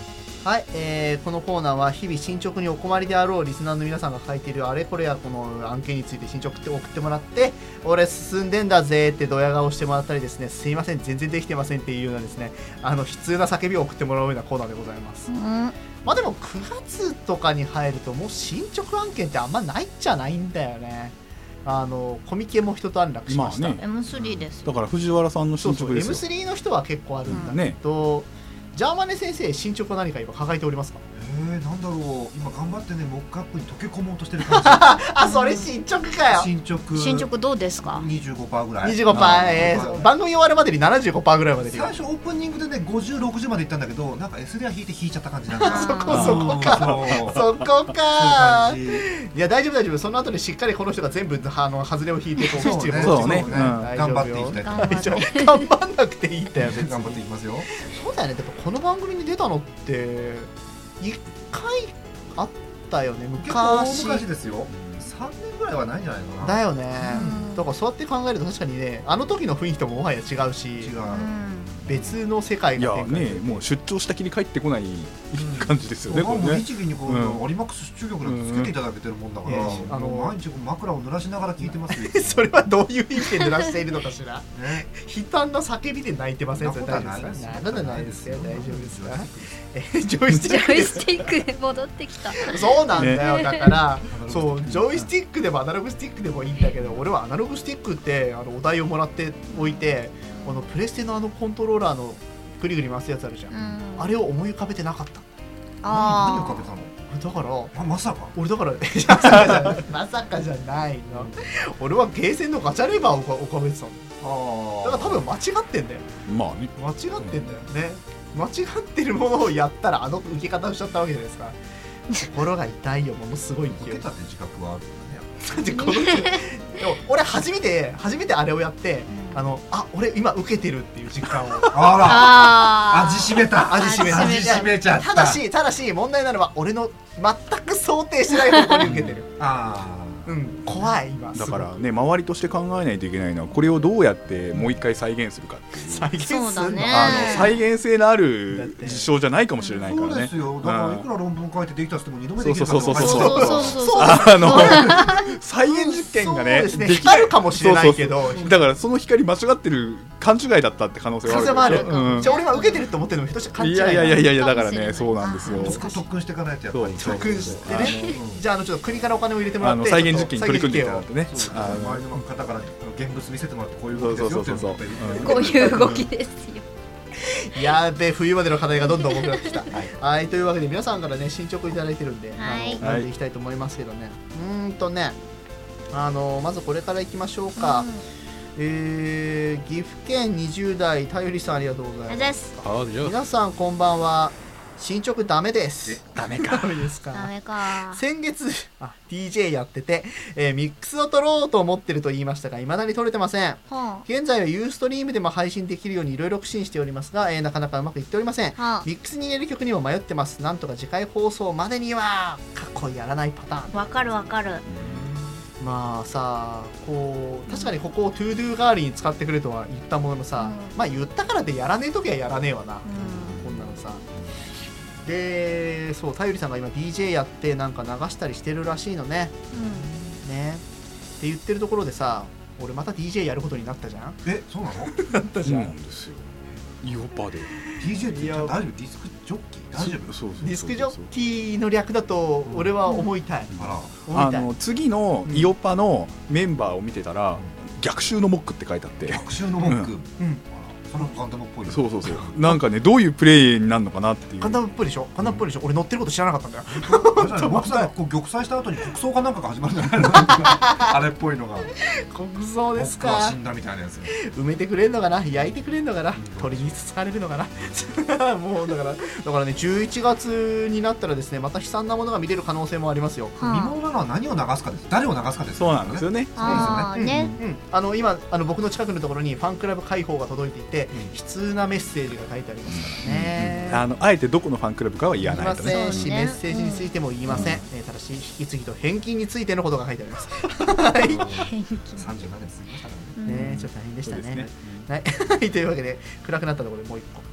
はい、えー、このコーナーは日々進捗にお困りであろうリスナーの皆さんが書いているあれこれやこの案件について進捗って送ってもらって、俺進んでんだぜってドヤ顔してもらったりですね、すいません全然できてませんっていうようなですね、あの悲痛な叫びを送ってもらうようなコーナーでございます、うん、まあでもくがつとかに入るともう進捗案件ってあんまないっちゃないんだよね。あのコミケも一と安楽しました、まあね、 エムスリー です。 だから藤原さんの進捗ですよ。 そうそう エムスリー の人は結構あるんだけど、うんね、ジャーマネ先生進捗は何か今抱えておりますか？ えー、なんだろう、今頑張ってねモックアップに溶け込もうとしてる感じあ、それ進捗かよ。 進捗進捗どうですか？ にじゅうごパーセント ぐらいにじゅうごパーセント、えー、番組終わるまでに ななじゅうごパーセント ぐらいまで。 最初オープニングでねごじゅう、ろくじゅうまで行ったんだけど、なんか エス レア引いて引いちゃった感じなんだそこそこかそこかいや大丈夫大丈夫、その後でしっかりこの人が全部あの外れを引いてこうそうね、そうね、 頑張っていきたいと思います。 頑張んなくていいんだよ。 頑張っていきますよ。 そうだよね。でもこの番組に出たのっていっかいあったよね、昔。 昔ですよ。さんねんぐらいはないんじゃないかな。 だよね、うん、だからそうやって考えると確かにね、あの時の雰囲気とももはや違うし、違う、別の世界が展開。 いやね、もう出張したきり帰ってこない感じですよね。 もう日銀にこう、うん、アリマックス出張局なんてつけていただけてるもんだから、うん、あの毎日枕を濡らしながら聞いてますよそれはどういう意味で濡らしているのかしら、ね、悲嘆の叫びで泣いてません？それ大丈夫ですか？そんなことないですよ。大丈夫ですか？えジョイスティックです。 ジョイスティックで戻ってきたそうなんだよ、だからそうジョイスティックでもアナログスティックでもいいんだけど、俺はアナログスティックってあのお題をもらっておいて、このプレステのあのコントローラーのぐりぐり回すやつあるじゃん、うん、あれを思い浮かべてなかった。 あ何を浮かべたの？ だからあまさか俺だからまさかじゃまさかじゃないの俺はゲーセンのガチャレバーを浮かべてたの。あだから多分間違ってんだよ。 まあね、 間違ってんだよね、間違ってるものをやったらあの受け方をしちゃったわけじゃないですか心が痛いよ、ものすごい勢い。 受けたって自覚はあるんだね。 このでも俺初めて初めてあれをやって、うん、あのあ俺今受けてるっていう実感をあら味しめた味しめた味しめちゃった。 ただしただし問題なのは俺の全く想定してない方向に受けてるああうん、怖い今だからね、周りとして考えないといけないのはこれをどうやってもう一回再現するかっていう、 再現するの、 そうだね、 あの再現性のある事象じゃないかもしれないからね。 そうですよ。だからいくら論文書いてできたとしてもにどめできるかそうそうそうそうそうそうそうあの再現実験がね、 できるかもしれないけど、 だからその光間違ってる勘違いだったって可能性はある。 じゃあ俺が受けてると思ってるのも人して勘違い。 いやいやいやいやいやだからね、そうなんですよ。 特訓していかないとやっぱり特訓してね。じゃああのちょっと国からお金を入れてもらって再現実験に取り組んでいただいてね。 周りの方から現物見せてもらってこういう動きですよっていうこういう動きですよ。 やべえ、冬までの課題がどんどん重くなってきた。はい、はい、というわけで皆さんからね進捗いただいてるんで、はい、あの読んでいきたいと思いますけどね。うーんとね、あのまずこれからいきましょうか。うん、えー、岐阜県にじゅう代たよりさんありがとうございます。皆さんこんばんは。進捗ダメです。 ダメか。 ダメですか。 ダメか。 先月あ ディージェー やってて、えー、ミックスを取ろうと思ってると言いましたが、未だに取れてません。はあ、現在はユーストリームでも配信できるようにいろいろ苦心しておりますが、えー、なかなかうまくいっておりません。はあ、ミックスに入れる曲にも迷ってます。なんとか次回放送までにはかっこやらないパターン。 わかるわかる。 まあさ、こう確かにここをトゥードゥー代わりに使ってくれとは言ったもののさ、うん、まあ言ったからってやらねえときはやらねえわな、うん、こんなのさ。で、そう、たよりさんが今 ディージェー やってなんか流したりしてるらしいのね、うん、ねって言ってるところでさ、俺また ディージェー やることになったじゃん。 え、そうなの？ なったじゃん。 そうなんですよ。イオパでディージェー って言ったら大丈夫？ディスクジョッキー大丈夫？ そうそうそうそう、 ディスクジョッキーの略だと俺は思いたい、うん、 あらあの次のイオパのメンバーを見てたら、うん、逆襲のモックって書いてあって、 逆襲のモック、うん、うん、そのガンダムっぽい。 そうそうそうなんかねどういうプレイになるのかなっていう。 ガンダムっぽいでしょ。ガンダムっぽいでしょ、うん、俺乗ってること知らなかったんだよ。 僕さんこう玉砕した後に国葬かなんかが始まるんじゃないの？あれっぽいのが国葬ですか。 僕は死んだみたいなやつ埋めてくれるのかな、焼いてくれるのかな、鳥につつかれるのかな。もうだからだからね、じゅういちがつになったらですね、また悲惨なものが見れる可能性もありますよ。 はあ、見ものなのは何を流すかです。誰を流すかです。 そうなんですよね。 そうですよね。 うんうん、あの今あの僕の近くのところにファンクラブ開放が届いていて、うん、悲痛なメッセージが書いてありますからね。 うんうん、あのあえてどこのファンクラブかは言わないとね。 言いませんし、メッセージについても言いません。うん、えー、ただし引き継ぎと返金についてのことが書いてあります。はい。 さんじゅうなねん過ぎましたからね。ね、ちょっと大変でしたね。ね、はい。というわけで暗くなったところでもう一個。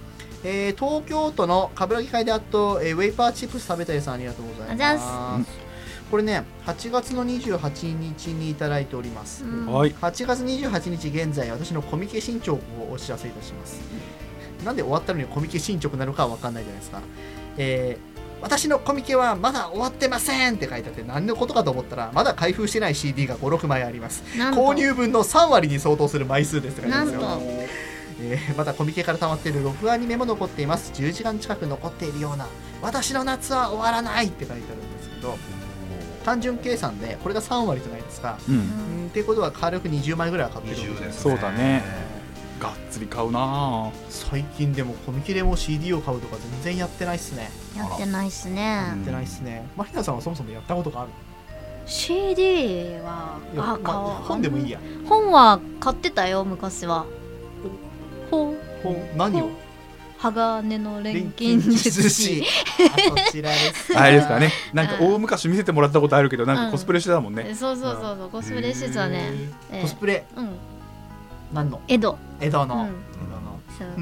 えー、東京都の冠城会であと、えー、ウェイパーチップス食べたいさんありがとうございます。これねはちがつのにじゅうはちにちにいただいております、うん、はちがつにじゅうはちにち現在私のコミケ進捗をお知らせいたします。なんで終わったのにコミケ進捗なのかは分かんないじゃないですか。えー、私のコミケはまだ終わってませんって書いてあって、何のことかと思ったらまだ開封してない シーディー がご、ろくまいあります。購入分のさんわりに相当する枚数ですって書いてあるんですよ。えー、またコミケから溜まっている録画アニメも残っています。じゅうじかん近く残っているような私の夏は終わらないって書いてあるんですけど、単純計算でこれがさんわりじゃないですか、うん、うんっていうことは軽くにじゅうまいぐらいは買ってるんです。 そうだね、がっつり買うな。 最近でもコミケでも シーディー を買うとか全然やってないっすね。 やってないっすね。 やってないっすね。マリナさんはそもそもやったことがある？ シーディー はあ、 まあ、本でもいいや。 本は買ってたよ昔は。 本何を？ 鋼の錬金術師。 こちらです。 あれですかね。なんか大昔見せてもらったことあるけど、なんかコスプレしてたもんね。 うん、そうそうそうそう、コスプレしてたね。 コスプレ。うん。何の？ 江戸。 江戸の。うん、 そう、うん、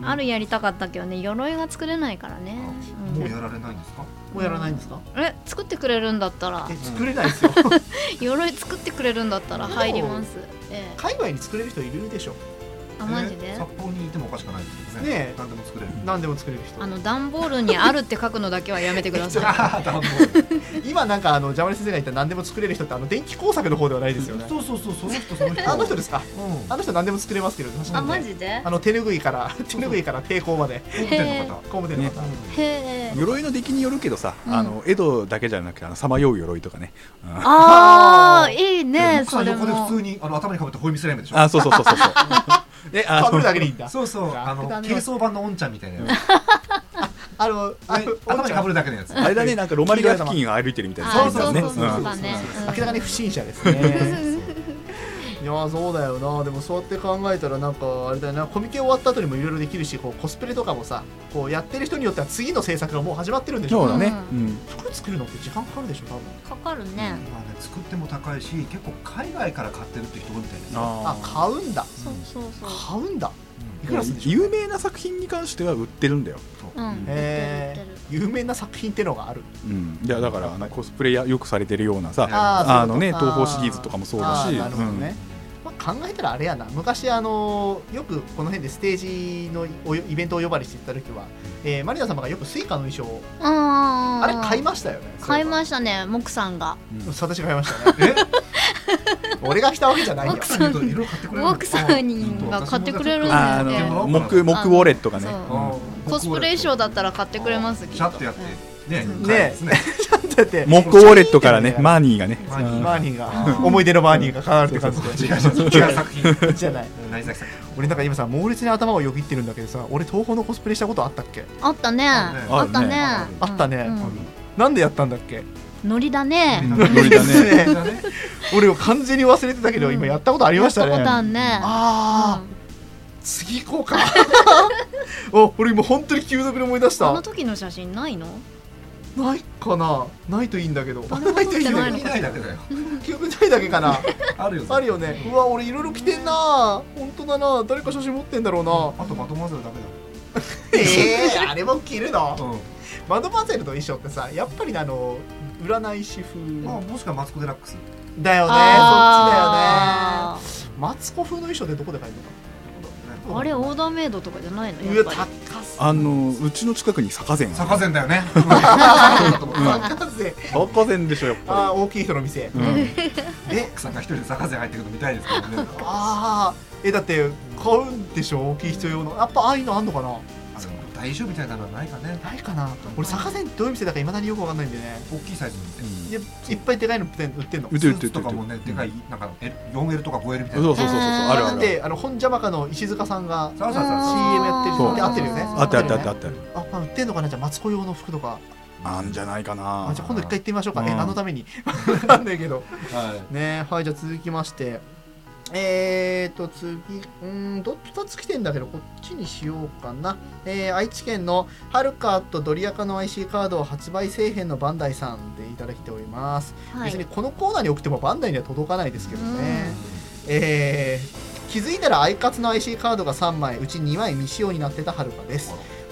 あるやりたかったけどね、鎧が作れないからね。 もうやられないんですか？ もうやらないんですか？ え、作ってくれるんだったら。 え、作れないですよ。 鎧作ってくれるんだったら入ります。 ええ、海外に作れる人いるでしょ。 あ、マジで？ 札幌にいてもおかしくないですよね。ね、何でも作れる。 何でも作れる人。 あの段ボールにあるって書くのだけはやめてください。今なんかあのジャマネ先生が言った何でも作れる人ってあの電気工作の方ではないですよね。 そうそうそう、その人その人。 あの人ですか？あの人何でも作れますけど。 あ、マジで？ あの手拭いから手拭いから抵抗まで。 工務店の方。 工務店の方。 へえ。 鎧の出来によるけどさ、あの江戸だけじゃなくてあのさまよう鎧とかね。 ああ、いいね。それも。 横で普通にあの頭にかぶってホイミスライムでしょ。 あ、そうそうそうそう。 え、かぶるだけでいいんだ。 そうそう、あの軽装版のオンちゃんみたいなやつ。 あの頭にかぶるだけのやつ。 あれだね、なんかロマリガ付近が歩いてるみたいな。 そうそうそうそう。 明らかに不審者ですね。いやそうだよな。でもそうやって考えたらなんかあれだよな、コミケ終わった後にもいろいろできるし、こうコスプレとかもさ、こうやってる人によっては次の制作がもう始まってるんでしょ。 そうだね。 服作るのって時間かかるでしょ、多分。かかるね。 まあね、作っても高いし、結構海外から買ってるって人多いみたいです。 あ、買うんだ。 そうそうそう。 買うんだ。 いくらするんでしょう。有名な作品に関しては売ってるんだよ。 へえ。有名な作品ってのがある。 うん。いやだからあのコスプレやよくされてるようなさ、あのね、東宝シリーズとかもそうだし。 なるほどね。考えたらあれやな、昔あのよくこの辺でステージのイベントを呼ばれしていた時は、えー、マリナ様がよくスイカの衣装をあれ買いましたよね。 買いましたね、モクさんが。 うん、私が買いましたね。俺が来たわけじゃないよ。 モクさんが買ってくれるんだよね。 モクモクウォレットがね。 コスプレ衣装だったら買ってくれます。 シャッとやってね、 ね、ちゃんとやって。 モックウォレットからね、マーニーがね、 マーニーが思い出のマーニーが変わるって感じで。 違う作品じゃない。俺なんか今さ、猛烈に頭をよぎってるんだけどさ、俺東宝のコスプレしたことあったっけ？ あったね。あったね。 あったね。なんでやったんだっけ？ ノリだね。 ノリだね。 俺を完全に忘れてたけど今やったことありましたね。 やったことあるね。 ああ。次行こうか。お、俺今本当に急速に思い出した。 あの時の写真ないの？ ないかな。ないといいんだけど。 ないといいんだけど。 ないだけだよ。 記憶ないだけかな。 あるよ。 あるよね。うわ、俺いろいろ着てんな。本当だな。誰か写真持ってんだろうな。 あとマドマゼルだけだ。ええ、あれも着るの？マドマゼルの衣装ってさ、やっぱりあの占い師風。 あ、もしくはマツコデラックス。 だよね。そっちだよね。マツコ風の衣装ってどこで買えるのか。 あれオーダーメイドとかじゃないの？やっぱりあのうちの近くに坂膳坂膳だよね。 坂膳でしょやっぱり。 あ、大きい人の店。 え、草が一人で坂膳入ってくるの見たいですけどね。 ああ、え、だって買うんでしょ、大きい人用の。やっぱああいうのあんのかな。 大丈夫みたいなのはないかね。 ないかな。俺坂膳どういう店だか未だによくわかんないんでね。 大きいサイズの店。 いっぱいでかいの売ってんの。 売ってる売ってる。 とかもね、でかいなんか よんエル とかごエル みたいな。 そうそうそうそう、あるある。 だってあの本邪魔かの石塚さんが シーエム やってるって合ってるよね。 合ってる合ってる合ってる。 あ、売ってんのかな。じゃあマツコ用の服とか。 あんじゃないかな。 じゃあ今度一回行ってみましょうか。え、何のために。わかんないけど。ね、はい、じゃあ続きまして。えーと次、うん、どふたつ来てんだけどこっちにしようかな。えー、愛知県のはるかとドリアカの アイシー カードを発売せえへんのバンダイさんでいただいております、はい、別にこのコーナーに送ってもバンダイには届かないですけどね。えー、気づいたらアイカツの アイシー カードがさんまい、うちにまい未使用になってたはるかです。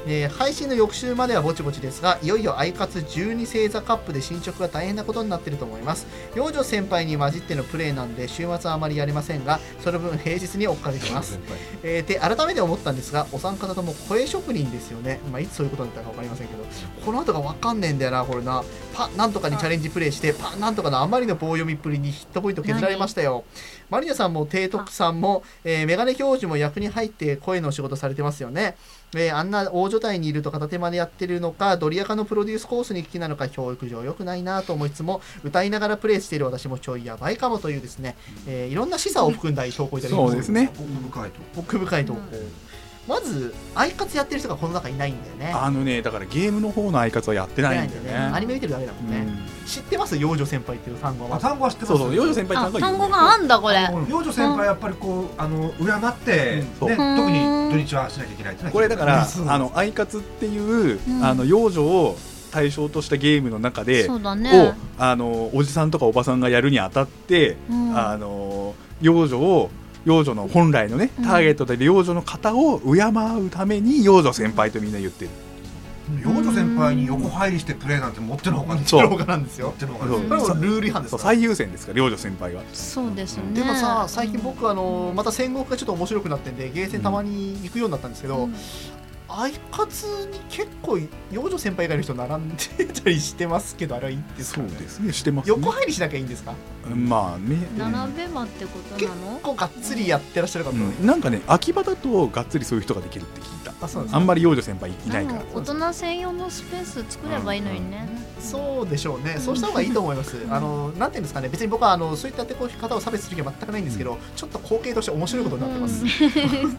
えー、配信の翌週まではぼちぼちですが、いよいよアイカツじゅうに星座カップで進捗が大変なことになっていると思います。幼女先輩に混じってのプレイなんで週末はあまりやれませんが、その分平日に追っかけてます。えー、で改めて思ったんですが、お三方とも声職人ですよね。まあ、いつそういうことになったか分かりませんけど、この後が分かんねえんだよな、これな。パなんとかにチャレンジプレイして、パなんとかのあまりの棒読みっぷりにヒットポイント削られましたよ。マリナさんも提督さんも、えー、メガネ教授も役に入って声のお仕事されてますよね。えー、あんな大所帯にいると片手間でやってるのか、ドリアカのプロデュースコースに聞きなのか、教育上良くないなと思いつつも、歌いながらプレイしている私もちょいやばいかもというですね、えー、いろんな示唆を含んだ投稿いただきました。 そうですね。 奥深いと奥深い投稿、うん、まずアイカツやってる人がこの中いないんだよね。 あのね、だからゲームの方のアイカツはやってないんだよね。 アニメ見てるだけだもんね、うん、知ってます？幼女先輩っていう単語は。 あ、単語は知ってます。 そうそう、幼女先輩単語は単語があんだこれ。 幼女先輩やっぱりこうあの敬って、うんね、特に土日はしなきゃいけないって。 これだからあのアイカツっていう、うん、あの幼女を対象としたゲームの中で、 そうだね、 をあのおじさんとかおばさんがやるにあたって、うん、あの幼女を幼女の本来のねターゲットで幼女の方を敬うために幼女先輩とみんな言ってる。 幼女先輩に横入りしてプレイなんて持ってのほかなんですよ。持ってのほかなんですよ。 これもルール違反ですか。 最優先ですから幼女先輩は。 そうですね。 でもさ、最近僕あのまた戦国がちょっと面白くなってんでゲーセンたまに行くようになったんですけど、うん、アイカツに結構幼女先輩がいる人並んでたりしてますけど、あれはいいんですかね。 そうですね、してますね。 横入りしなきゃいいんですか。 まあね、 並べばってことなの。 結構がっつりやってらっしゃる方、うん、 なんかね、秋葉だとがっつりそういう人ができるって聞いた。 あ、そうです。 あんまり幼女先輩いないから。 大人専用のスペース作ればいいのにね、 うん、そうでしょうね。そうした方がいいと思います。あのなんていうんですかね、別に僕はあのそういった方を差別する気は全くないんですけど、うん、ちょっと光景として面白いことになってます、うん、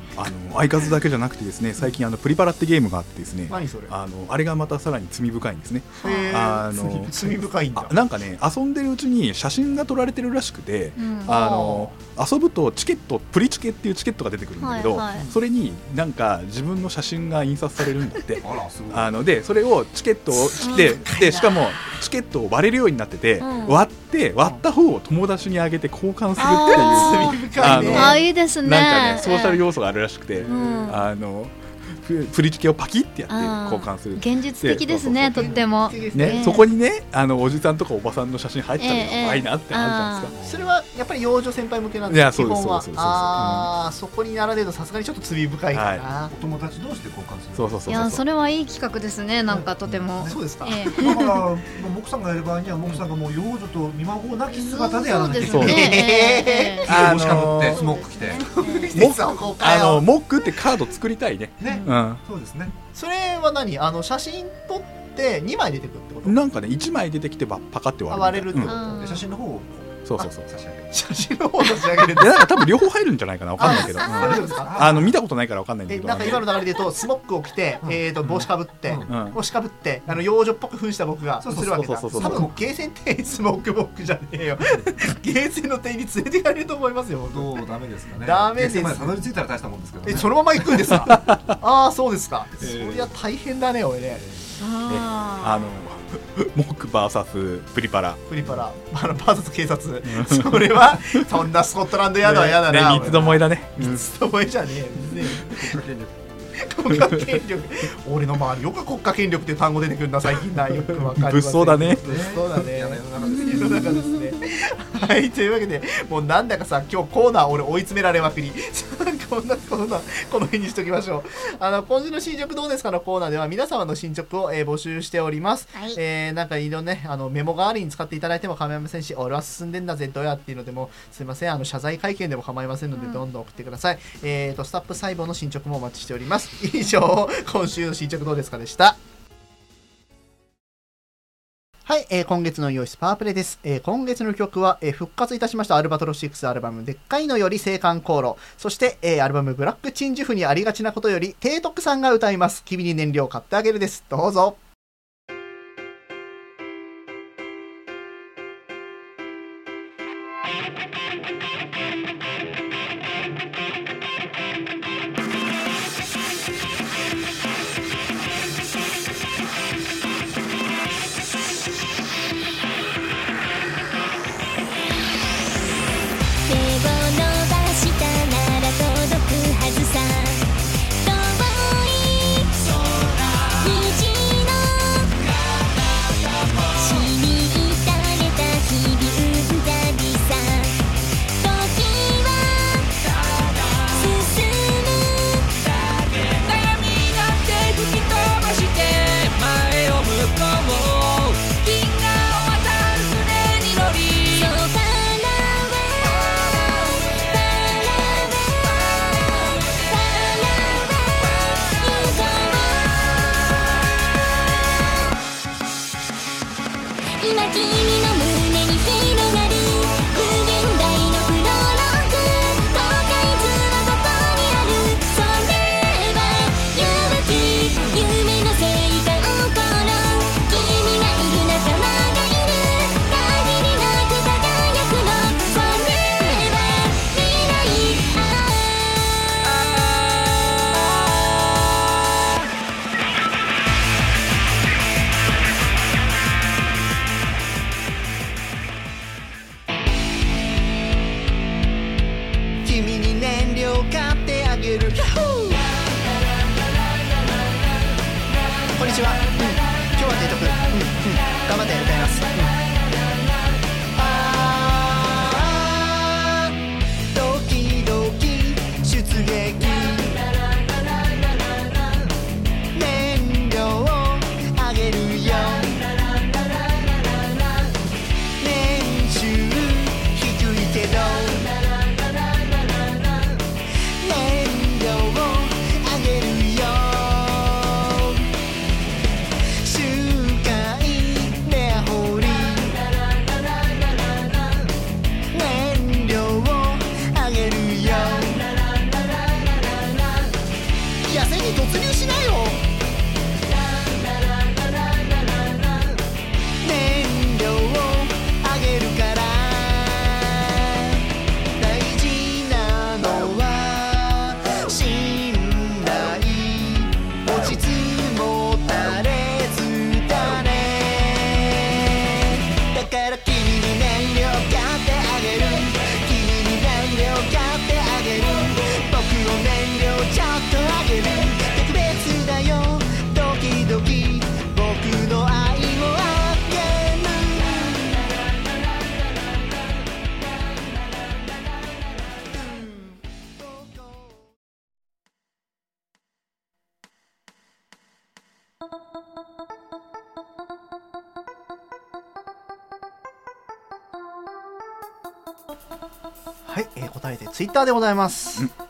あのアイカツだけじゃなくてですね、最近あのプリパラってゲームがあってですね、 何それ。 あのあれがまたさらに罪深いんですね。 あの罪深いんだ。 なんかね、遊んでるうちに写真が撮られてるらしくて、うん、あの遊ぶとチケット、プリチケっていうチケットが出てくるんだけど、はいはい、それになんか自分の写真が印刷されるんだってあら、すごい。あのでそれをチケットを切ってで、しかもチケットを割れるようになってて、うん、割って割った方を友達にあげて交換するっていう、 あのあいいですね。 なんかね、ソーシャル要素があるらしくて、うん、あのプリチケをパキってやって交換する。 現実的ですね、とってもね。そこにね、あのおじさんとかおばさんの写真入ったら可愛いなってあるじゃないですか。 それはやっぱり幼女先輩向けなんですか。 いや、そうですそうです。 ああ、そこになられるとさすがにちょっと罪深いかな。 お友達同士で交換する。 そうそうそう。 いや、それはいい企画ですね。なんかとても。 そうですか。だからモクさんがやる場合にはモクさんがもう幼女と見まごうなき姿でやらなきゃいけない。 そうですね。 あの帽子かぶってスモック着て。 あのモックってカード作りたいね。 ね。そうですね。 それは何、あの写真撮ってにまい出てくるってこと。 なんかね、いちまい出てきてばパカって割れるってこと、 うん、写真の方をそうそうそう差し上げる。写真の方を差し上げる。 いや、多分両方入るんじゃないかな、わかんないけど。あの見たことないからわかんないんだけど。 なんか今の流れで言うとスモックを着て、えっと帽子かぶって、帽子かぶってあの幼女っぽく扮した僕が映るわけだ。多分ゲーセン店員スモックボックじゃねえよ。ゲーセンの店員に連れてかれると思いますよ。 どうダメですかね。 ダメです。 たどり着いたら大したもんですけど。 え、そのまま行くんですか。ああ、そうですか。そりゃ大変だね、俺ね。 あのモック ブイエス プリパラプリパラあの ブイエス 警察、それはそんなスコットランドヤードは嫌だな。 三つどもえだね。 三つどもえじゃねえ。国家権力。俺の周りよく国家権力っていう単語出てくるんだ最近な。よくわかります。 物騒だね。 物騒だね。世の中ですね。はい、というわけでもうなんだかさ、今日コーナー俺追い詰められまくり。こんなコーナーこの辺にしときましょう。あの今週の進捗どうですかのコーナーでは皆様の進捗を、えー、募集しております。はい、えー、なんかいろんなね、あのメモ代わりに使っていただいても構いませんし、俺は進んでんだぜどうやっていうのでもすいません、あの謝罪会見でも構いませんので、うん、どんどん送ってください。えーとスタッフ細胞の進捗もお待ちしております。以上、今週の進捗どうですかでした。はい、えー、今月のイオシスパワープレイです。えー、今月の曲は、えー、復活いたしましたアルバトロシックスアルバムでっかいのより青函航路、そして、えー、アルバムブラックチンジュフにありがちなことより提督さんが歌います。君に燃料買ってあげるです。どうぞ。 はずさ遠い空ちは、うん、今日は提督、うんうん、頑張って歌います、うん、あードキドキ出撃燃料を上げるよ年収低いけど燃料を上げるよ周回根掘り燃料を上げるよ野生に突入しないよ燃料を上げるから大事なのは信頼落ちつもたれずだねだから君に燃料買ってあげる君に燃料買ってあげる僕の燃料ちょっとあげる特別だよドキドキ僕の愛をあげるはい、えー、答えてツイッターでございます、うん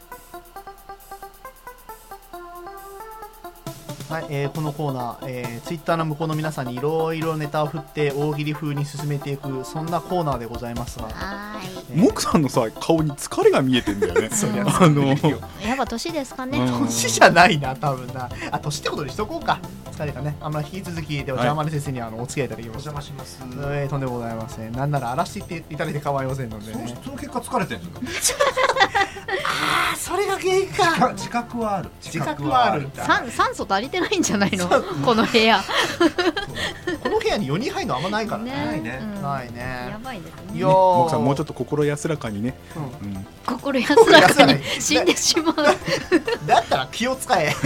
はい、えー、このコーナー、えー、ツイッターの向こうの皆さんにいろいろネタを振って大喜利風に進めていくそんなコーナーでございますが、 はーい、モクさんのさ顔に疲れが見えてんだよね。 そうあのやっぱ年ですかね。 年じゃないな多分なあ年ってことにしとこうか疲れがねあんま引き続きではジャーマネ先生にあのお付き合いいただきました。 お邪魔します、 えー、とんでもございませんなんなら荒らしていっていただいて構いませんのでねそ, その結果疲れてるんですかああそれが原因か自覚はある自覚はあるんだ酸, 酸素足りてないんじゃないのこの部屋この部屋によにん入るのあんまないからねないね、 うん、 ないねやばいですね。 いやモクさんもうちょっと心安らかにね、 うんうん、 心安らかに死んでしまうだったら気を使え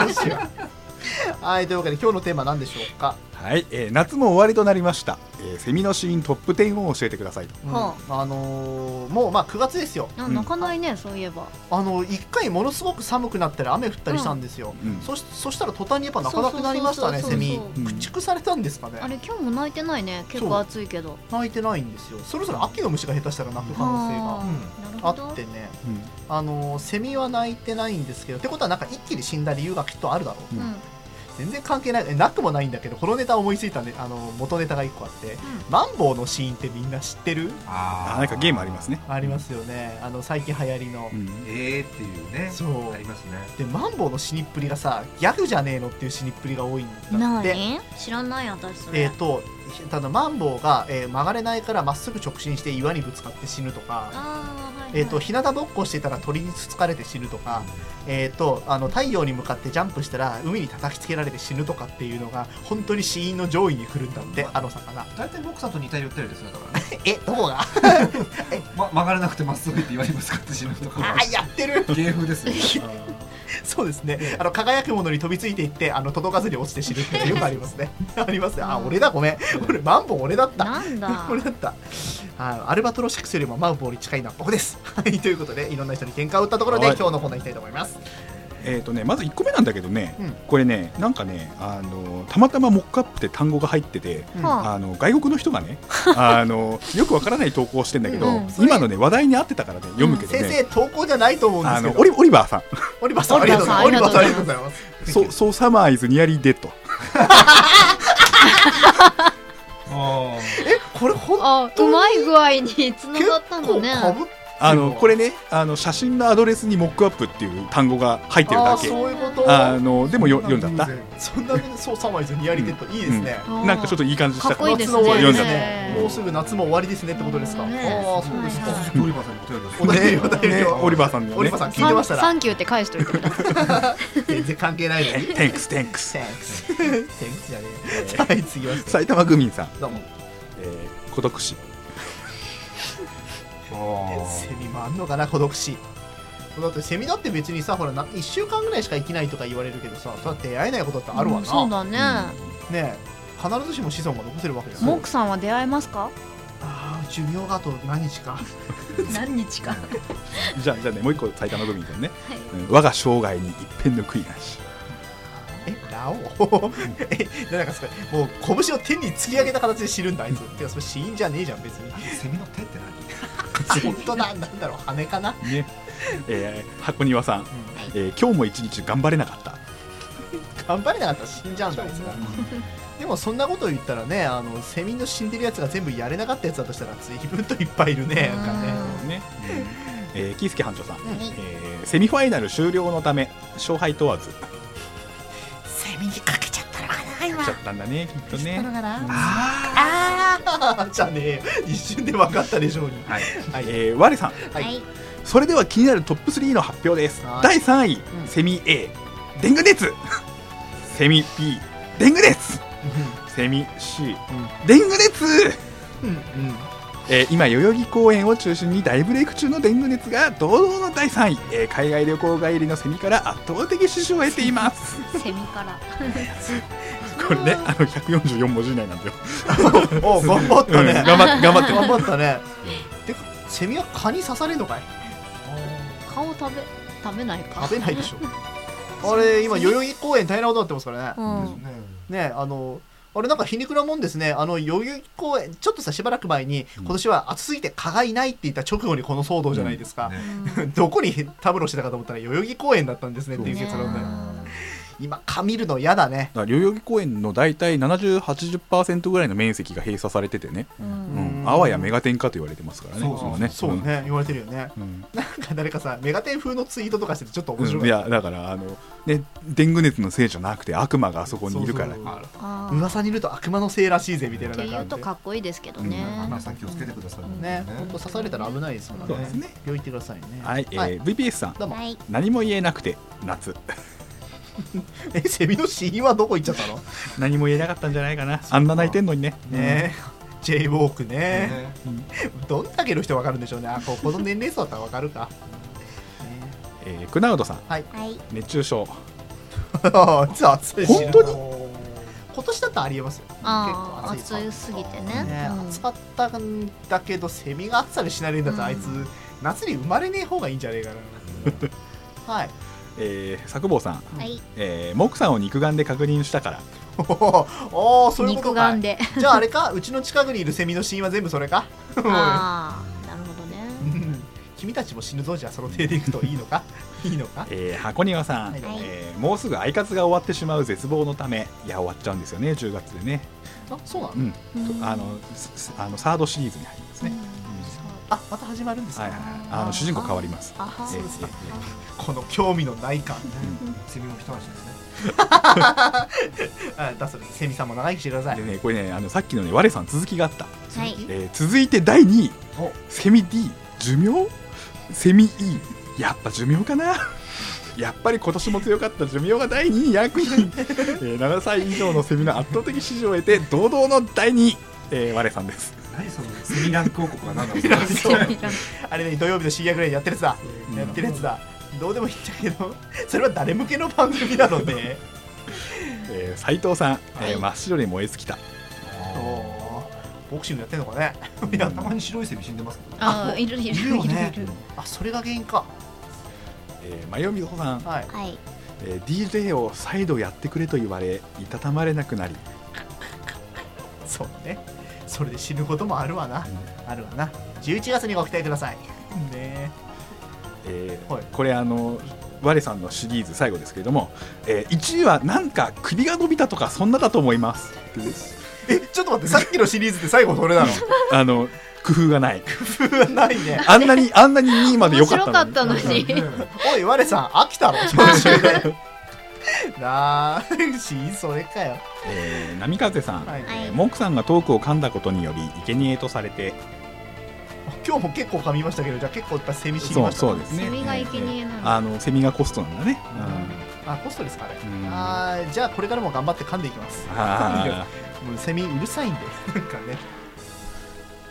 はいというわけで今日のテーマは何でしょうか。 はい、えー、夏も終わりとなりました、えー、セミのシーントップじゅうを教えてくださいと、 うん、あのー、もうまあくがつですよ。 あ泣かないね、うん、そういえばあのいっかいものすごく寒くなったり雨降ったりしたんですよ、うん、そ, しそしたら途端にやっぱ泣かなくなりましたね。セミ駆逐されたんですかね。 あれ今日も泣いてないね。結構暑いけど泣いてないんですよ。そろそろ秋の虫が下手したら泣く可能性があってね、うん、あのー、セミは泣いてないんですけどってことはなんか一気に死んだ理由がきっとあるだろう、うん、全然関係ないなくもないんだけどこのネタ思いついたんであの元ネタがいっこあって、うん、マンボウのシーンってみんな知ってる？ ああなんかゲームありますね。 ありますよね。あの最近流行りの、 うん、えーっていうね。 そうありますね。 でマンボウの死にっぷりがさギャグじゃねえのっていう死にっぷりが多いんだって。 何？知らない私それ。 えっ、ー、とただマンボウが、えー、曲がれないからまっすぐ直進して岩にぶつかって死ぬとか。 あえーと、日向ぼっこしてたら鳥につつかれて死ぬとか、えーと、あの太陽に向かってジャンプしたら海に叩きつけられて死ぬとかっていうのが本当に死因の上位に来るんだって、まあ、あの魚大体ボクさんと似たり寄ったりですねだからねえどこがえ、ま、曲がれなくてまっすぐって言われますかって死ぬとかあやってる芸風ですよそうですね、あの輝くものに飛びついていってあの届かずに落ちて死ぬってよくありますねありますね。あ俺だごめん俺マンボウ俺だったなんだ俺だったあアルバトロシックスよりもマンボウに近いのは僕ですはいということでいろんな人に喧嘩を打ったところで、はい、今日のコーナーいきたいと思います。 えーとね、まずいっこめなんだけどね、うん、これねなんかねあのたまたまモックアップで単語が入ってて、うん、あの外国の人がねあのよくわからない投稿をしてんだけど、うん、今のね話題に合ってたからね読むけどね、 うん、先生投稿じゃないと思うんですけどあのオリ、オリバーさんオリバーさんありがとうございます。オリバーさんありがとうございます。 So, so summer is nearly dead えこれほんとうまい具合につながったのね。 あのこれねあの写真のアドレスにモックアップっていう単語が入ってるだけ。 あそういうことあのでもよ読んじゃった。 そんなそうサマーイズニアリテッドいいですね、 うん、なんかちょっといい感じしたから夏の終わりですね。もうすぐ夏も終わりですねってことですか、ね、ああそうですか。 オリバーさんに答えるお便りお便りをオリバーさんに、ね、 オリバーさん聞いてましたらサンキューって返しといてください全然関係ないのに Thanks Thanks Thanks Thanks じゃねえはい次は埼玉グミンさんどうも、 えー、孤独死セミもあんのかな孤独死。 だってセミだって別にさほらないっしゅうかんぐらいしか生きないとか言われるけどさ、それは出会えないことってあるわな、うん、 そうだね、 うん、ね必ずしも子孫が残せるわけじゃない。 モークさんは出会えますか？ ああ寿命があと何日か何日かじゃあじゃあねもう一個埼玉グミでね、はい、うん、我が生涯に一片の悔いなし。 えラオウえなんかそれもう拳を天に突き上げた形で知るんだあいつ。てかそれ死因じゃねえじゃん別に。 セミの手って何本当だなんだろう羽かなね。えー、箱庭さん、うん、えー、今日も一日頑張れなかった。 頑張れなかったら死んじゃうんだあいつがでもそんなことを言ったらね、あのセミの死んでるやつが全部やれなかったやつだとしたら随分といっぱいいるね。なんかね。ね、 えー、キースケ班長さん、うん、えー、セミファイナル終了のため勝敗問わず。 セミにかけちゃったのかな今。 かけちゃったんだねきっとね。 ああじゃあね一瞬で分かったでしょうに。 はい。はい、えー、我さん。はい。それでは気になるトップスリーの発表です。だいさんい、うん、セミ A デング熱セミ B デング熱セミ C、うん、デング熱、うんうん、えー、今代々木公園を中心に大ブレイク中のデング熱が堂々のだいさんい、えー、海外旅行帰りのセミから圧倒的支持を得ていますセミからこれねあのひゃくよんじゅうよん文字以内なんだよお頑張ったね、うん、 頑張って頑張って頑張ったねでセミは蚊に刺されるのかい？ 蚊を食べ食べないか食べないでしょあれ今代々木公園大変なことになってますからね、うん、ねあのあれなんか皮肉なもんですね。あの代々木公園ちょっとさしばらく前に今年は暑すぎて蚊がいないって言った直後にこの騒動じゃないですか、うんね、どこにたむろしてたかと思ったら代々木公園だったんですねっていう結論で、今蚊見るの嫌だね。 だから代々木公園のだいたい ななじゅう、はちじゅっパーセント ぐらいの面積が閉鎖されててね、うんうん、あわやメガテンかと言われてますからね。 そうそうね、そうね、うん、言われてるよね、うん、なんか誰かさメガテン風のツイートとかしててちょっと面白い、うん、 いやだからあのねデング熱のせいじゃなくて悪魔があそこにいるから。そうそうそう噂にいると悪魔のせいらしいぜみたいな。 って言うとかっこいいですけどね、 うん、皆さん気をつけてくださいね。本当刺されたら危ないですからね。そうですね。病院行ってくださいね。 はい、えーはい、ブイピーエス さんどうも、はい、何も言えなくて夏えセミの死因はどこ行っちゃったの？ 何も言えなかったんじゃないかな。あんな泣いてんのにね。 ね、うん、J ウォークね、うん、どんだけの人分かるんでしょうね。あここの年齢層だったら分かるか。 えー、クナウドさん、 はい、 熱中症暑いし本当に今年だったらありえますよ。 あ結構暑いすぎて ね, ね、うん、暑かったんだけどセミが暑さで死なれるんだったら、うん、あいつ夏に生まれねえ方がいいんじゃねえかなはい、 えー、作坊さん、 はい、 えー、モクさんを肉眼で確認したからおおそういうことか。 肉眼でじゃああれかうちの近くにいるセミの死因は全部それかああなるほどね君たちも死ぬぞ。じゃあその手でいくといいのかいいのか、 えー、箱庭さん、はい、えー、もうすぐアイカツが終わってしまう絶望のためいや終わっちゃうんですよねじゅうがつでね。 あそうなの、 うん、あのあのサードシリーズに入りますね、うん、 あまた始まるんですか、 はいはいはい、あの主人公変わります。 あそうですか、えー、この興味のない感、 うん、セミも一足ですねあだそれセミさんも長生きしてください。 でねこれねあのさっきのね我さん続きがあった、 はい、 えー、続いてだいにいセミ D 寿命セミ E やっぱ寿命かなやっぱり今年も強かった寿命がだいにい役員、えー、ななさい以上のセミの圧倒的支持を得て堂々のだいにい、えー、我さんです。 何そのセミランク王国は何なんですかあれね土曜日の深夜ぐらいにやってるやつだ、やってるやつだ。どうでもいいんだけどそれは誰向けの番組なのでえー、斉藤さん、はい、えー、真っ白に燃え尽きた。 ボクシングやってんのかねいやたまに白いセミ死んでますけど、 ああいるいるいるいる、 あそれが原因か。 えー、マヨミホさん、 はい、 えー、ディージェー を再度やってくれと言われいたたまれなくなりそうねそれで死ぬこともあるわな、うん、あるわな。じゅういちがつにご期待くださいねえーはい、これあの我さんのシリーズ最後ですけれども、えー、いちいはなんか首が伸びたとかそんなだと思いますえちょっと待ってさっきのシリーズって最後それなのあの工夫がない工夫がないねあんなにあんなににいまで良かったのに面白かったのにおい我さん飽きたろ途中でなーしそれかよ。 えー、波風さん、 はい、 えー、モンクさんがトークを噛んだことにより生贄とされて今日も結構噛みましたけど、じゃあ結構やっぱセミ死にました。 そうそうですね。 セミが生贄なの。 あのセミがコストなんだね。 うん、あコストですかね。あじゃあこれからも頑張って噛んでいきます。もうセミうるさいんでなんかね。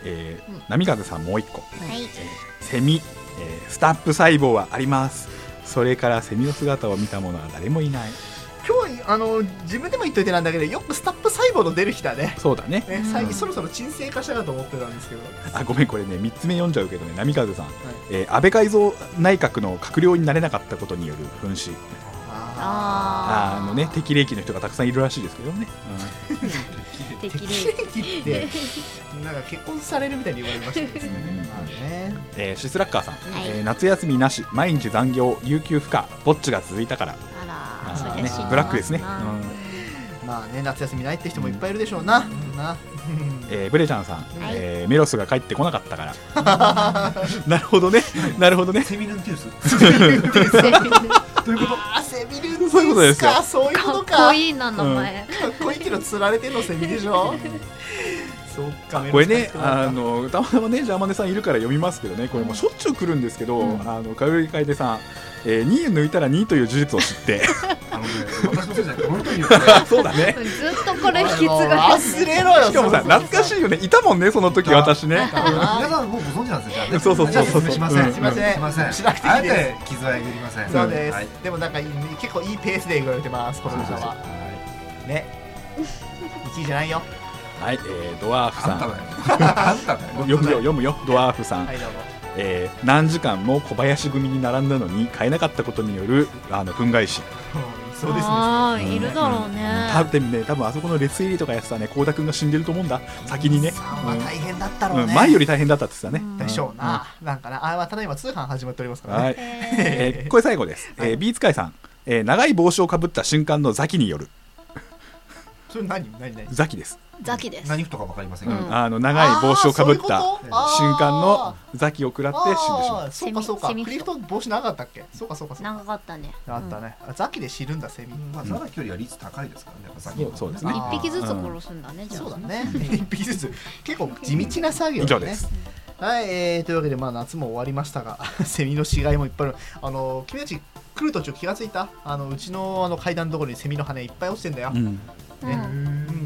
えーうん、波風さんもう一個、 はいえー、セミ、えー、スタップ細胞はあります。それからセミの姿を見た者は誰もいない。 今日あの自分でも言っといてなんだけど、よくスタップ細胞の出る日だね。 そうだね。 ね、最近そろそろ沈静化したかと思ってたんですけど。 あ、ごめん、これねみっつめ読んじゃうけどね、波風さん、はい、えー、安倍改造内閣の閣僚になれなかったことによる紛失。ああのね、適齢期の人がたくさんいるらしいですけどね。 うん、適齢期ってなんか結婚されるみたいに言われましたね。 えー、シスラッカーさん、はい、えー、夏休みなし、毎日残業、有給不可、ぼっちが続いたから。 あら、 あ、ね、ブラックですね。 うん、まあね、夏休みないって人もいっぱいいるでしょうな。うん、なえー、ブレちゃんさん、はい、えー、メロスが帰ってこなかったからなるほどね、なるほどね。 セミルンテュースセミルンテュースどういうこと？ あ、セミルンテュースか。 そういうことですよ。 そういうことか。 かっこいいな名前、 うん、かっこいいけど釣られてんのセミでしょそうか、 これね、あのたまたまねジャーマネさんいるから読みますけどね、これもしょっちゅう来るんですけど、うん、あのかよりかえでさん、えー、にい抜いたらにいという事実を知ってあのね、私のせいじゃなくてこの人によってそうだね、 ずっとこれ引き継がれて忘れろよ。 しかもさ、懐かしいよね、いたもんねその時私ね。 皆さんもうご存知なんですよ。 そうそうそうそう、 すみません、 すみません、 すみません、 しなくていいです。 傷はえぐりません。 そうです。でもなんか結構いいペースで言われてます、この人は。ね、いちいじゃないよ。 はい、えー、ドワーフさん、 あんただよ読むよ読むよドワーフさん、 はい、どうも。 えー、何時間も小林組に並んだのに買えなかったことによるあの憤慨心。 そうですね。 あ、いるだろうね。 多分ね、多分あそこの列入りとかやってたね、倖田君が死んでると思うんだ、先にね。 まあ大変だったろうね。 前より大変だったって言ってたね。 でしょうな。なんかな、あ、ただいま通販始まっておりますからね。 はい。えー、これ最後です。えー、ビーツカイさん、えー、長い帽子をかぶった瞬間のザキによる。 それ何何何？ ザキです。 ザキです。 何服とかわかりませんが、 うん、あの長い帽子をかぶった瞬間のザキを食らって死んでしまう。 そうかそうか。クリフト帽子長かったっけ？そうかそうかそうか。 長かったね。 あったね。うん、ザキで死ぬんだセミ。 まあザキよりは率高いですからね。やっぱザキはそうですね。 一匹ずつ殺すんだね。うん、じゃあそうだね。一匹ずつ。結構地道な作業、ね。 以上です。 はい、えー、というわけでまあ夏も終わりましたが、セミの死骸もいっぱいある。あの君たち来る途中気がついた？あのうちのあの階段のところにセミの羽いっぱい落ちてんだよ。うん、ね。 うん、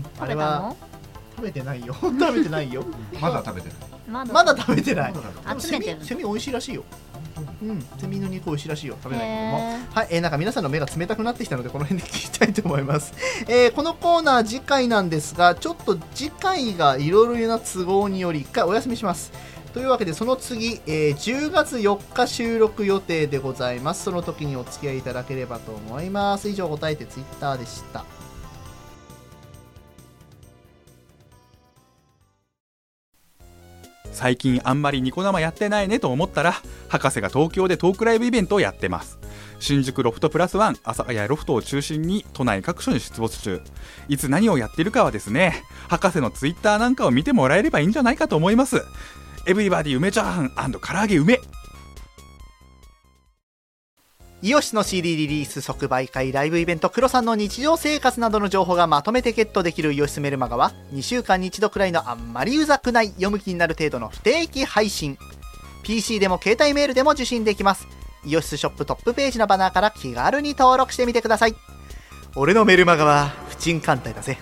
あれは食べてないよ。食べてないよ。 まだ食べてない。 まだ、 まだ食べてない。 集めてる。 セミ美味しいらしいよ。うん、セミの肉美味しいらしいよ。食べないけども。はい、えー、なんか皆さんの目が冷たくなってきたのでこの辺で聞きたいと思います。えー、このコーナー次回なんですが、ちょっと次回がいろいろな都合により一回お休みします。というわけでその次、えー、じゅうがつよっか収録予定でございます。その時にお付き合いいただければと思います。以上、答えてツイッターでした。 最近あんまりニコ生やってないねと思ったら、博士が東京でトークライブイベントをやってます。新宿ロフトプラスワン、阿佐ヶ谷ロフトを中心に都内各所に出没中。いつ何をやってるかはですね、博士のツイッターなんかを見てもらえればいいんじゃないかと思います。エブリバディ梅チャーハン&唐揚げ梅。 イオシスの シーディー リリース即売会ライブイベントクロさんの日常生活などの情報がまとめてゲットできるイオシスメルマガはにしゅうかんに一度くらいのあんまりうざくない読む気になる程度の不定期配信。 ピーシー でも携帯メールでも受信できます。イオシスショップトップページのバナーから気軽に登録してみてください。俺のメルマガは不沈艦隊だぜ。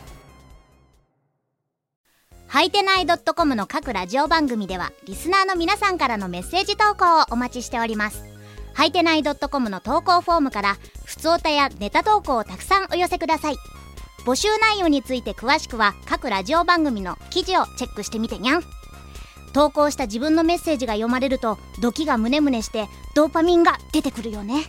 はいてない .com の各ラジオ番組ではリスナーの皆さんからのメッセージ投稿をお待ちしております。はいてない .com の投稿フォームからふつおたやネタ投稿をたくさんお寄せください。募集内容について詳しくは各ラジオ番組の記事をチェックしてみてにゃん。投稿した自分のメッセージが読まれるとドキがムネムネしてドーパミンが出てくるよね。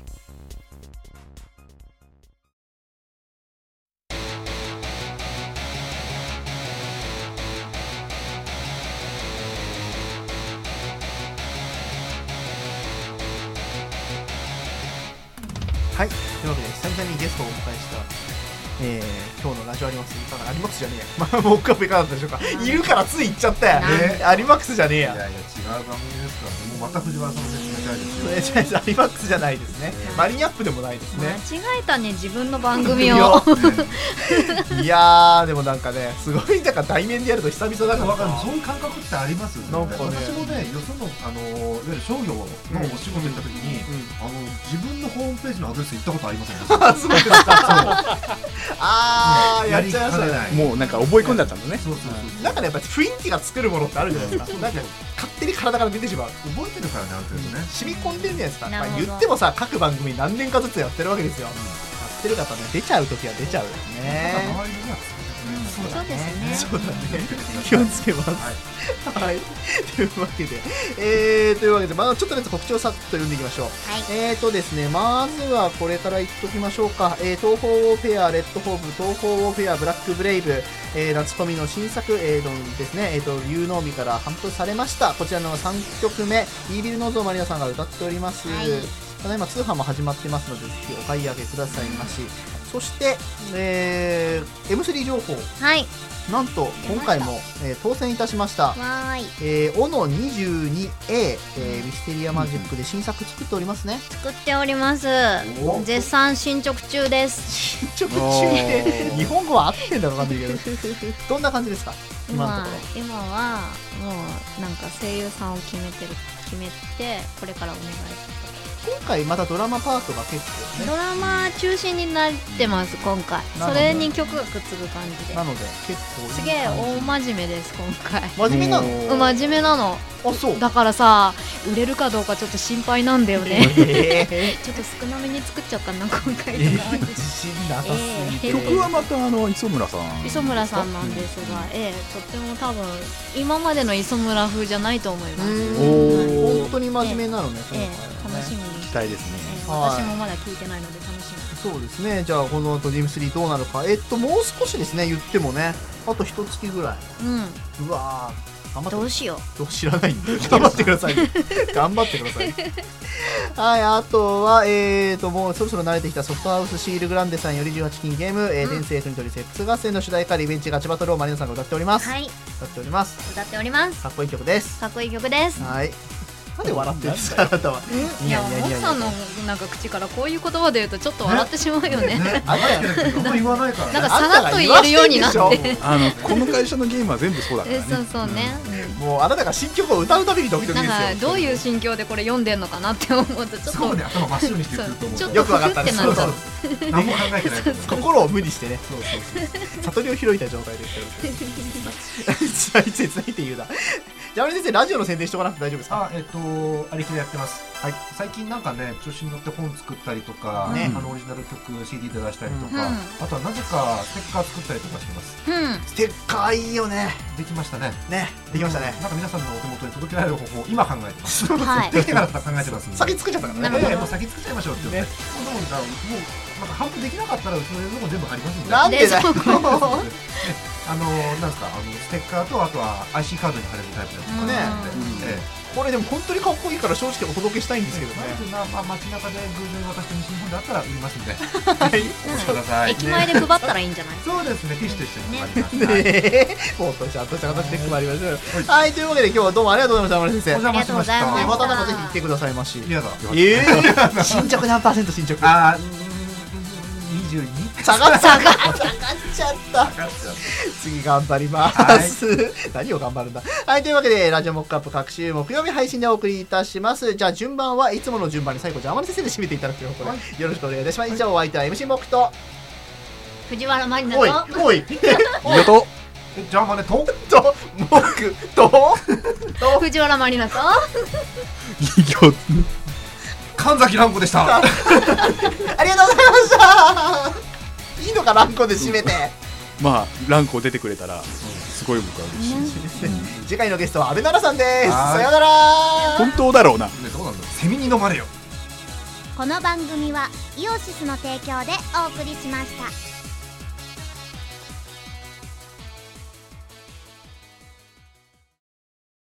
はい、というわけで久々にゲストをお迎えした、えー、今日のラジオアリマックスいかがアリマックスじゃねえや、まあ僕はべかだったでしょうか、いるからつい言っちゃったや、えー、アリマックスじゃねえや。 いやいや違う番組ですからね。もうまた藤原さんの説明ですよ。アリマックスじゃないですね。マリニャップでもないですね。 間違えたね、自分の番組を。 いやーでもなんかね、すごいなんか対面でやると久々だから。 そういう感覚ってありますよね。なんか私もね、よそのあのいわゆる商業のお仕事行った時に、あの自分のホームページのアドレス行ったことありませんか。 そうですか。ああやっちゃいましたね。 もうなんか覚え込んじゃったんだね。 そうそうそう。だからやっぱ雰囲気が作るものってあるじゃないですか。なんか勝手に体から出てしまう。 覚えてるからね、ある程度ね。 染み込んでるんじゃないですか。まあ言ってもさ、各番組何年かずつやってるわけですよ。やってる方ね、出ちゃう時は出ちゃうよね。 周りにはそうですね。 そうだね。気をつけます。はい。というわけで、えー、というわけで、まあちょっとね告知をさっと読んでいきましょう。えーとですね、まずはこれから言っときましょうか。えー、東方ウォーフェア、レッドホープ、東方ウォーフェア、ブラックブレイブ、えー、夏コミの新作、えーとですね、えーと、有能日から頒布されました。こちらのさんきょくめ、イービルノーズをマリナさんが歌っております。はい、ただいま通販も始まってますので、ぜひお買い上げくださいまし。そして、えー、エムスリー 情報。 はい。 なんと今回も、えー、当選いたしました。 わーい。 えー、オノ にじゅうにエー、えー、ミステリアマジックで新作作っておりますね。 作っております。絶賛進捗中です。 進捗中で日本語は合ってんだろうかんないけど。どんな感じですか？今のところ。 今はもうなんか声優さんを決めてる決めてこれからお願いします。 今回またドラマパートが結構ね、 ドラマ中心になってます今回。それに曲がくっつく感じで。 なので結構すげえ大真面目です今回。 真面目なの？ 真面目なの。 あ、そう。 だからさ、売れるかどうかちょっと心配なんだよね。えー、ちょっと少なめに作っちゃったな今回とか。 自信なさすぎて。 曲はまたあの磯村さん。 磯村さんなんですが、ええー、とっても多分今までの磯村風じゃないと思います。 お本当に真面目なのね。 ええー、楽しみに。 期待ですね。 えー、私もまだ聞いてないので楽しみ。 そうですね。じゃあこの後 ジーエムスリー どうなるか。えっともう少しですね。言ってもね。あと一月ぐらい。うん。うわー。 どうしよう。知らないんで頑張ってください。頑張ってください。はい、あとはえーともうそろそろ慣れてきたソフトハウスシールグランデさんよりじゅうはち金ゲーム、えー、天性とにとりセックス合戦の主題歌リベンジガチバトルをマリナさんが歌っております。 はい。 歌っております。 歌っております。 かっこいい曲です。 かっこいい曲です。 はい。なんで笑ってるんですかあなたは。 いや、モッさんのなんか口からこういう言葉で言うとちょっと笑ってしまうよね。 あんま言わないから。 なんかさらっと言えるようになって。 あのこの会社のゲームは全部そうだからね。 そうそうね。 もうあなたが新曲を歌うたびにドキドキですよ。 なんかどういう心境でこれ読んでんのかなって思うとちょっと。 そうね、頭真っ白にしてると思う。 よくわかったね。 そうそう。何も考えてない。 心を無にしてね。そうそうそう。悟りを開いた状態で言ってる。つらい切ないって言うな。じゃあ先生ラジオの宣伝してもらって大丈夫ですか？ あ、えっとありきでやってます。はい。最近なんかね調子に乗って本作ったりとか、ね、あのオリジナル曲 シーディー で出したりとか、あとはなぜかステッカー作ったりとかしてます。 うん。 ステッカーいいよね。 できましたね。 ね、できましたね。 なんか皆さんのお手元に届けられる方法今考えてます。 はい。 できてから考えてますんで。 先作っちゃったからね。もう先作っちゃいましょうって言って。もうもうなんか販布できなかったらうちの映像も全部貼りますんで。 なんでだよ。 あのなんですか、あのステッカーとあとは アイシー カードに貼れるタイプのやつとかね。 これでも本当にかっこいいから正直お届けしたいんですけどね。 まあ街中で偶然渡して西日本であったら売りますんで。はい。お待ちください。 駅前で配ったらいいんじゃない？ そうですね。ティッシュと一緒に配ります。 ね。もっとちゃんとした形で配りましょう。はい。というわけで今日はどうもありがとうございました先生。 ありがとうございました。 またなんかぜひ来てくださいまし。 いやだ。 ええ。進捗何パーセント進捗？ ああ。にじゅうに下がっちゃった次頑張ります、はい、何を頑張るんだ。はい、というわけでラジオモックアップ各週木曜日配信でお送りいたします。じゃあ順番はいつもの順番に最後じゃあ天野先生で締めていただくということで、はい、よろしくお願いいたします。以上お相手は エムシー モックと藤原マリナとおいおいおいとじゃあまねととモックと藤原マリナと神崎蘭子でした。ありがとうございましたいいのか蘭子で締めてまあ蘭子出てくれたらすごい僕は嬉しいです、 うん、次回のゲストは阿部奈々さんです。さよなら。 本当だろうな、 ね、どうなんだセミに飲まれよ。 この番組はイオシスの提供でお送りしました。